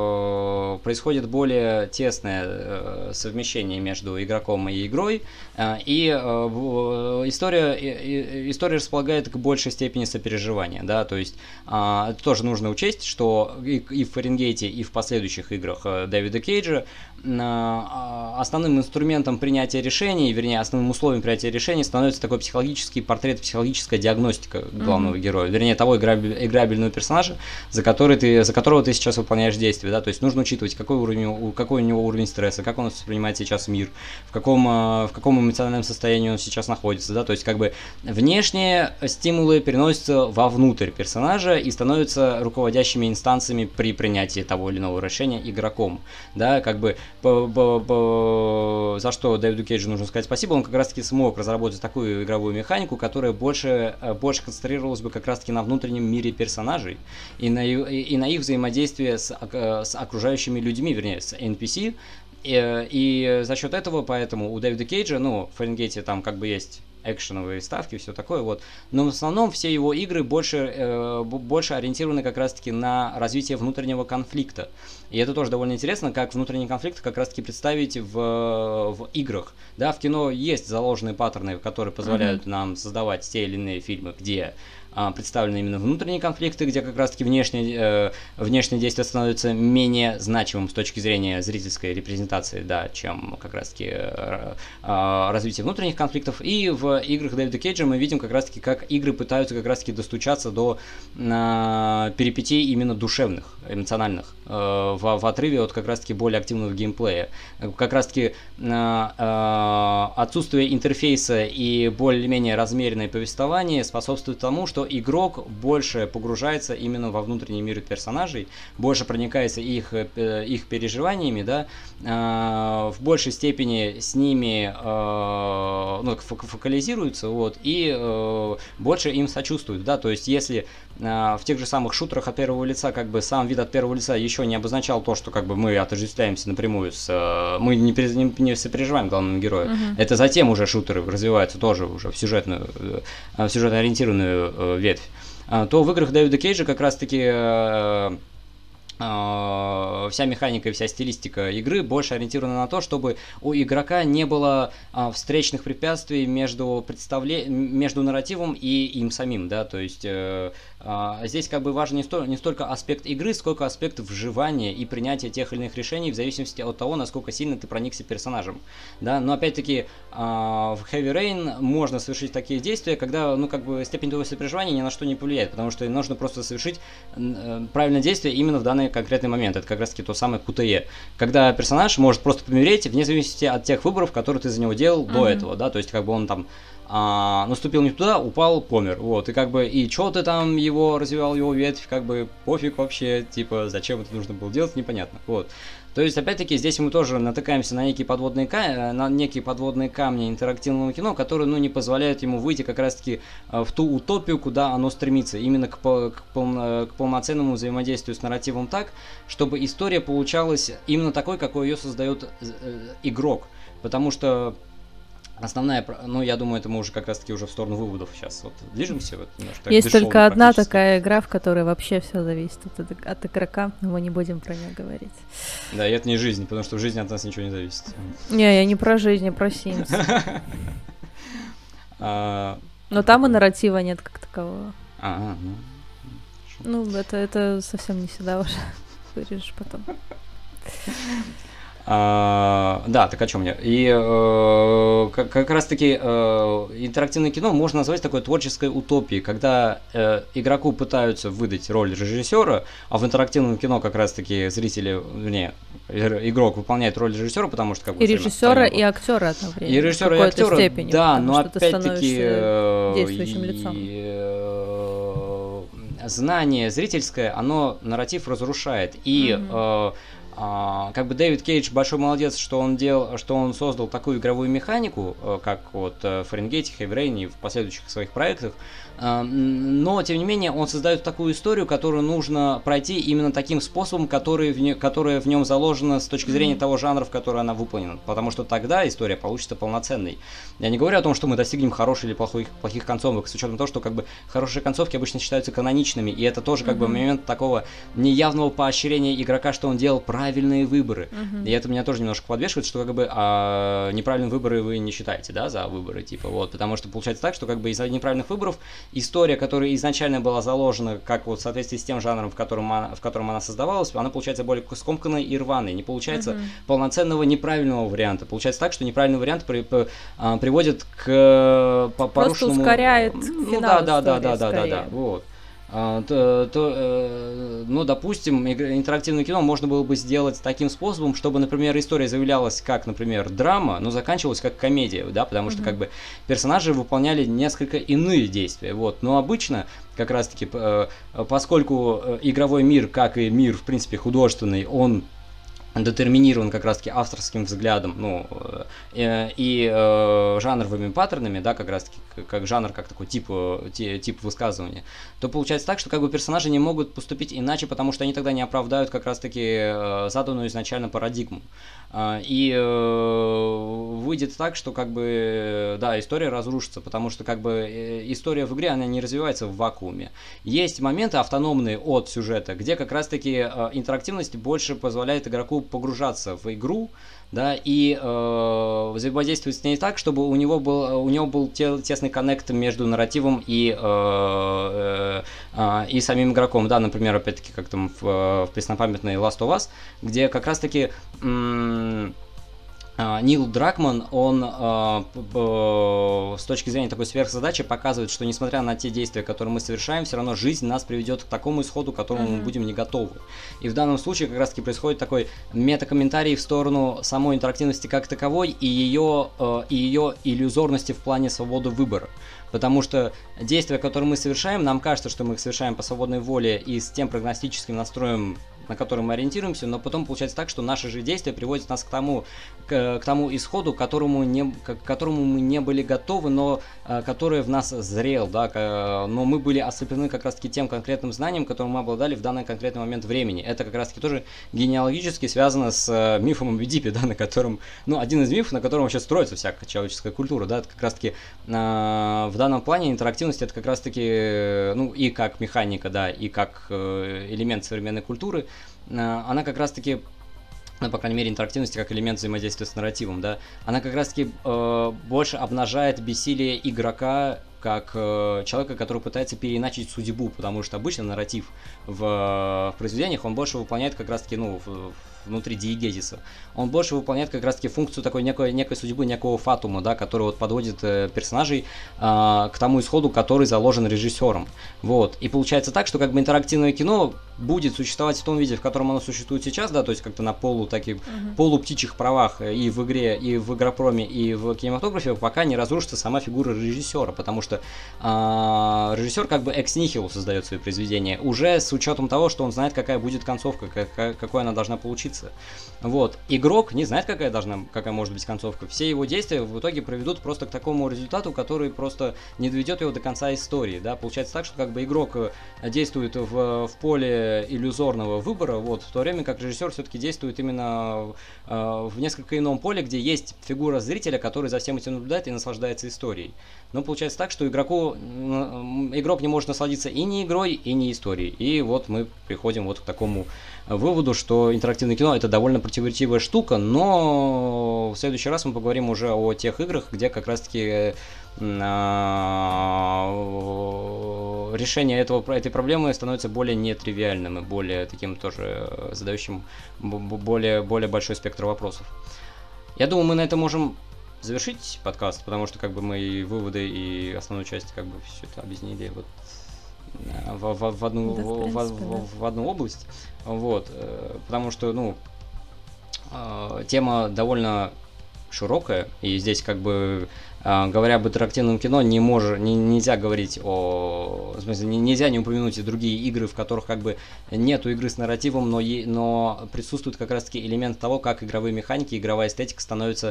э, происходит более тесное э, совмещение между игроком и игрой, э, и э, история, э, история располагает к большей степени сопереживания, да, то есть э, это тоже нужно учесть, что и, и в Фаренгейте, и в последующих играх э, Дэвида Кейджа э, основным инструментом принятия решений, вернее, основным условием принятия решений становится такой психологический портрет, психологическая диагностика главного mm-hmm. героя, вернее, того играбель, играбельного персонажа, за, который ты, за которого ты сейчас выполняешь действия, да, то есть нужно учитывать, какой, уровень, какой у него уровень стресса, как он воспринимает сейчас мир, в каком, в каком эмоциональном состоянии он сейчас находится, да, то есть как бы внешние стимулы переносятся вовнутрь персонажа и становятся руководящими инстанциями при принятии того или иного решения игроком, да, как бы по, по, по, за что Дэвиду Кейджу нужно сказать спасибо, он как раз-таки смог разработать такую игровую механику, которая больше, больше концентрировалась бы как раз-таки на внутреннем мире персонажей и на, и на их взаимодействии с, с окружающими людьми, вернее, с эн пи си, и, и за счет этого, поэтому у Дэвида Кейджа, ну, в Фаренгейте там как бы есть экшеновые ставки, все такое вот, но в основном все его игры больше, э, больше ориентированы как раз-таки на развитие внутреннего конфликта. И это тоже довольно интересно, как внутренний конфликт как раз-таки представить в, в играх. Да, в кино есть заложенные паттерны, которые позволяют mm-hmm. нам создавать те или иные фильмы, где а, представлены именно внутренние конфликты, где как раз-таки внешние, э, внешние действия становятся менее значимым с точки зрения зрительской репрезентации, да, чем как раз-таки э, э, развитие внутренних конфликтов. И в играх Дэвида Кейджа мы видим как раз-таки, как игры пытаются как раз-таки достучаться до э, перипетий именно душевных, эмоциональных, э, в, в отрыве от как раз-таки более активного геймплея. Как раз-таки э, э, отсутствие интерфейса и более-менее размеренное повествование способствует тому, что игрок больше погружается именно во внутренний мир персонажей, больше проникается их, их переживаниями, да, э, в большей степени с ними э, ну, фокализируется, вот, и э, больше им сочувствует, да, то есть если э, в тех же самых шутерах от первого лица как бы сам вид от первого лица еще не обозначал то, что как бы мы отождествляемся напрямую с, э, мы не, не, не сопереживаем главному герою, uh-huh. это затем уже шутеры развиваются тоже уже в сюжетную, в сюжетно ориентированную э, ветвь, то в играх Дэвида Кейджа как раз-таки э, э, вся механика и вся стилистика игры больше ориентирована на то, чтобы у игрока не было э, встречных препятствий между, представле... между нарративом и им самим, да, то есть э, э, здесь как бы важен не, сто... не столько аспект игры, сколько аспект вживания и принятия тех или иных решений в зависимости от того, насколько сильно ты проникся персонажем, да, но опять-таки э, в Heavy Rain можно совершить такие действия, когда, ну, как бы степень твоего сопереживания ни на что не повлияет, потому что нужно просто совершить э, правильное действие именно в данный конкретный момент. Это как раз-таки то самое ку тэ е, когда персонаж может просто помереть вне зависимости от тех выборов, которые ты за него делал mm-hmm. до этого, да, то есть как бы он там а, наступил не туда, упал, помер, вот, и как бы, и чё ты там его развивал, его ветвь, как бы пофиг вообще, типа, зачем это нужно было делать, непонятно, вот. То есть, опять-таки, здесь мы тоже натыкаемся на некие подводные, кам... на некие подводные камни интерактивного кино, которые, ну, не позволяют ему выйти как раз-таки в ту утопию, куда оно стремится, именно к, пол... к, пол... к полноценному взаимодействию с нарративом так, чтобы история получалась именно такой, какой ее создает игрок, потому что основная, ну, я думаю, это мы уже как раз-таки уже в сторону выводов сейчас вот движемся. Вот, немножко, есть только одна такая игра, в которой вообще все зависит от, от игрока, но мы не будем про нее говорить. Да, и это не жизнь, потому что в жизни от нас ничего не зависит. Не, я не про жизнь, я про Sims. Но там и нарратива нет как такового. А, ну. Ну, это, это совсем не сюда уже. Вырежешь потом. А, да, так о чем я? И э, как, как раз-таки э, интерактивное кино можно назвать такой творческой утопией, когда э, игроку пытаются выдать роль режиссера, а в интерактивном кино как раз-таки зрители, не, игрок выполняет роль режиссера, потому что как бы и режиссера, и актера одновременно. И режиссера, и актера, степени, да, но опять-таки действующим лицом. Знание зрительское, оно нарратив разрушает, и mm-hmm. э, А, как бы Дэвид Кейдж большой молодец, что он делал, что он создал такую игровую механику, как вот Фаренгейт, Heavy Rain и в последующих своих проектах. Но, тем не менее, он создает такую историю, которую нужно пройти именно таким способом, который в не, которая в нем заложена с точки зрения mm-hmm. того жанра, в который она выполнена. Потому что тогда история получится полноценной. Я не говорю о том, что мы достигнем хороших или плохих, плохих концовок, с учетом того, что как бы хорошие концовки обычно считаются каноничными, и это тоже как mm-hmm. бы момент такого неявного поощрения игрока, что он делал правильные выборы. Mm-hmm. И это меня тоже немножко подвешивает, что как бы а, неправильные выборы вы не считаете, да, за выборы, типа, вот, потому что получается так, что как бы из-за неправильных выборов история, которая изначально была заложена как вот в соответствии с тем жанром, в котором она, в котором она создавалась, она получается более скомканной и рваной. Не получается uh-huh. полноценного неправильного варианта. Получается так, что неправильный вариант при, при, а, приводит к по, Просто порушенному... ускоряет ну, финал да, да, истории, да, да, да, да, да, вот. А, то, то, э, ну, допустим, интерактивное кино можно было бы сделать таким способом, чтобы, например, история заявлялась как, например, драма, но заканчивалась как комедия, да, потому mm-hmm. что как бы персонажи выполняли несколько иные действия, вот. Но обычно как раз-таки, э, поскольку игровой мир, как и мир, в принципе, художественный, он детерминирован как раз-таки авторским взглядом, ну, э, и э, жанровыми паттернами, да, как раз-таки, как жанр, как такой тип, э, тип высказывания, то получается так, что как бы персонажи не могут поступить иначе, потому что они тогда не оправдают как раз-таки э, заданную изначально парадигму. Э, и э, выйдет так, что как бы, да, история разрушится, потому что как бы э, история в игре, она не развивается в вакууме. Есть моменты автономные от сюжета, где как раз-таки э, интерактивность больше позволяет игроку погружаться в игру, да, и э, взаимодействовать с ней так, чтобы у него был, у него был те, тесный коннект между нарративом и, э, э, и самим игроком, да, например, опять-таки, как там в, в преснопамятной Last of Us, где как раз-таки м- Нил Дракман, он э, э, с точки зрения такой сверхзадачи показывает, что несмотря на те действия, которые мы совершаем, все равно жизнь нас приведет к такому исходу, к которому mm-hmm. мы будем не готовы. И в данном случае как раз таки происходит такой метакомментарий в сторону самой интерактивности как таковой и ее, э, и ее иллюзорности в плане свободы выбора. Потому что действия, которые мы совершаем, нам кажется, что мы их совершаем по свободной воле и с тем прогностическим настроем, на который мы ориентируемся, но потом получается так, что наши же действия приводят нас к тому, к, к тому исходу, к которому, не, к которому мы не были готовы, но э, который в нас зрел, да, к, но мы были ослеплены как раз-таки тем конкретным знанием, которым мы обладали в данный конкретный момент времени. Это как раз-таки тоже генеалогически связано с э, мифом об Эдипе, да, на котором, ну, один из мифов, на котором вообще строится всякая человеческая культура, да, это как раз-таки э, в данном плане интерактивность, это как раз-таки, ну, и как механика, да, и как э, элемент современной культуры, она как раз-таки, ну, по крайней мере, интерактивности как элемент взаимодействия с нарративом, да, она как раз-таки э, больше обнажает бессилие игрока как э, человека, который пытается переиначить судьбу, потому что обычно нарратив в, в произведениях, он больше выполняет как раз-таки, ну, в, внутри диегезиса. Он больше выполняет как раз-таки функцию такой некой, некой судьбы, некого фатума, да, который вот подводит э, персонажей э, к тому исходу, который заложен режиссером. Вот. И получается так, что как бы интерактивное кино будет существовать в том виде, в котором оно существует сейчас, да, то есть как-то на полу таких uh-huh. полуптичьих правах и в игре, и в игропроме, и в кинематографе, пока не разрушится сама фигура режиссера, потому что э, режиссер как бы экс нихило создает свои произведения, уже с учетом того, что он знает, какая будет концовка, как, какой она должна получиться. Вот. Игрок не знает, какая должна, какая может быть концовка. Все его действия в итоге приведут просто к такому результату, который просто не доведет его до конца истории. Да? Получается так, что как бы игрок действует в, в поле иллюзорного выбора, вот, в то время как режиссер все-таки действует именно э, в несколько ином поле, где есть фигура зрителя, который за всем этим наблюдает и наслаждается историей. Но получается так, что игроку, игрок не может насладиться и не игрой, и не историей. И вот мы приходим вот к такому выводу, что интерактивное кино это довольно противоречивая штука, но в следующий раз мы поговорим уже о тех играх, где как раз-таки решение этого, этой проблемы становится более нетривиальным и более таким тоже задающим более, более большой спектр вопросов. Я думаю, мы на этом можем завершить подкаст, потому что как бы мы и выводы, и основную часть как бы все это объяснили вот в, в, в, одну, да, в, принципе, в, да. в, в одну область. Вот, потому что, ну, тема довольно широкая, и здесь как бы говоря об интерактивном кино, не мож, не, нельзя говорить о... В смысле, не, нельзя не упомянуть и другие игры, в которых как бы нету игры с нарративом, но, е, но присутствует как раз-таки элемент того, как игровые механики, игровая эстетика становятся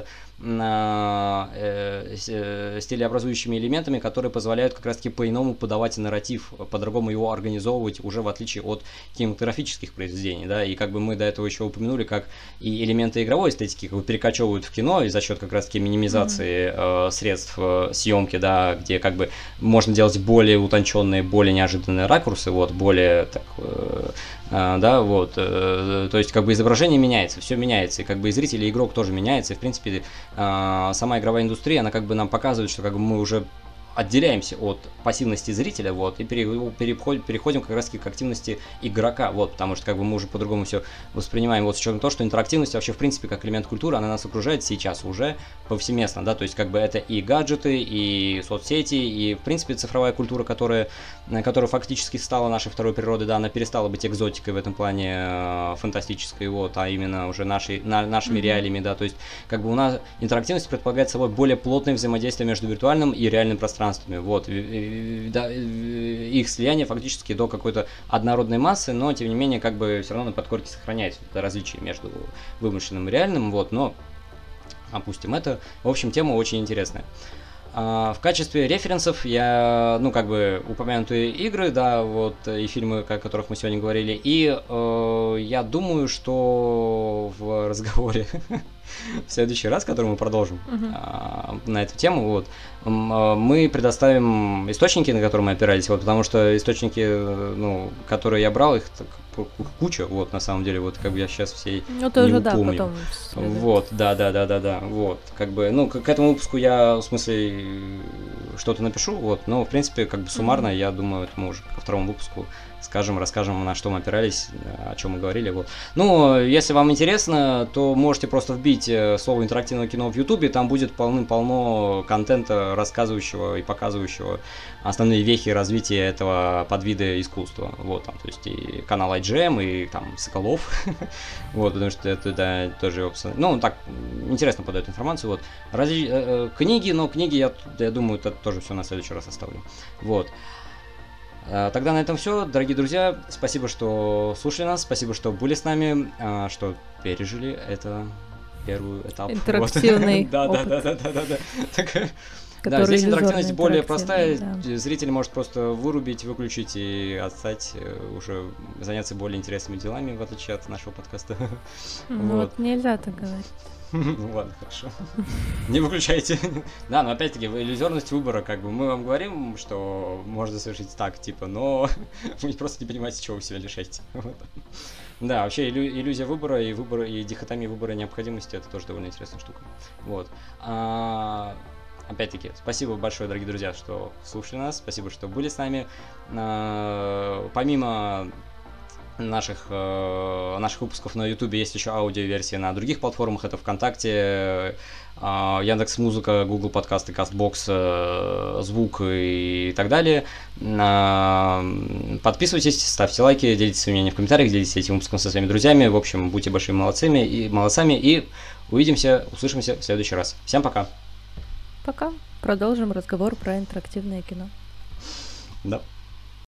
э, э, стилеобразующими элементами, которые позволяют как раз-таки по-иному подавать нарратив, по-другому его организовывать, уже в отличие от кинематографических произведений, да, и как бы мы до этого еще упомянули, как и элементы игровой эстетики как бы перекочевывают в кино, и за счет как раз-таки минимизации mm-hmm. э, средств э, съемки, да, где как бы можно делать более утонченные, более неожиданные ракурсы, вот, более так, э, э, да, вот, э, то есть как бы изображение меняется, все меняется, и как бы и зритель, и игрок тоже меняется, и в принципе э, сама игровая индустрия, она как бы нам показывает, что как бы мы уже отделяемся от пассивности зрителя, вот, и переходим, переходим как раз-таки к активности игрока, вот, потому что как бы мы уже по-другому все воспринимаем, вот с учетом того, что интерактивность вообще, в принципе, как элемент культуры, она нас окружает сейчас уже повсеместно, да, то есть как бы это и гаджеты, и соцсети, и, в принципе, цифровая культура, которая, которая фактически стала нашей второй природой, да, она перестала быть экзотикой в этом плане э, фантастической, вот, а именно уже нашей, на, нашими mm-hmm. реалиями, да, то есть как бы у нас интерактивность предполагает собой более плотное взаимодействие между виртуальным и реальным пространством, вот, их слияние фактически до какой-то однородной массы, но тем не менее как бы все равно на подкорке сохраняется это различие между вымышленным и реальным, вот, но опустим это. В общем, тема очень интересная. А, в качестве референсов я, ну, как бы упомянутые игры, да, вот, и фильмы, о которых мы сегодня говорили, и э, я думаю, что в разговоре в следующий раз, который мы продолжим uh-huh. а, на эту тему, вот, мы предоставим источники, на которые мы опирались, вот, потому что источники, ну, которые я брал, их так, куча, вот, на самом деле, вот, как бы я сейчас все ну, ты не уже, упомню. Да, потом вот, да, да, да, да, да, вот, как бы, ну, к, к этому выпуску я, в смысле, что-то напишу, вот, но, в принципе, как бы суммарно, mm-hmm. я думаю, это мы уже ко второму выпуску скажем, расскажем, на что мы опирались, о чем мы говорили, вот. Ну, если вам интересно, то можете просто вбить слово «интерактивное кино» в Ютубе, там будет полным-полно контента, рассказывающего и показывающего основные вехи развития этого подвида искусства, вот, там, то есть и канал ай джи эм, и там Соколов, вот, потому что это, да, тоже, ну, так, интересно подает информацию, вот. Разли... Книги, но книги, я, я думаю, это тоже все на следующий раз оставлю, вот. Тогда на этом все, дорогие друзья, спасибо, что слушали нас, спасибо, что были с нами, что пережили это первый этап. Интерактивный вот. да, опыт. Да, да, да, да, да. Да, здесь интерактивность более простая, да. Зритель может просто вырубить, выключить и отстать, уже заняться более интересными делами, в отличие от нашего подкаста. Ну вот, вот нельзя так говорить. Ну ладно, хорошо. Не выключайте. Да, но опять-таки, иллюзорность выбора, как бы, мы вам говорим, что можно совершить так, типа, но вы просто не понимаете, чего вы себя лишаете. Вот. Да, вообще иллю- иллюзия выбора и выбор и дихотомия выбора необходимости — это тоже довольно интересная штука. Вот. А- Опять-таки, спасибо большое, дорогие друзья, что слушали нас, спасибо, что были с нами. А- помимо наших, э, наших выпусков на Ютубе есть еще аудиоверсии на других платформах, это ВКонтакте, э, Яндекс.Музыка, Google подкасты, Castbox, э, Звук и так далее. Э, подписывайтесь, ставьте лайки, делитесь своим мнением в комментариях, делитесь этим выпуском со своими друзьями. В общем, будьте большими молодцами и молодцами, и увидимся, услышимся в следующий раз. Всем пока! Пока. Продолжим разговор про интерактивное кино. Да.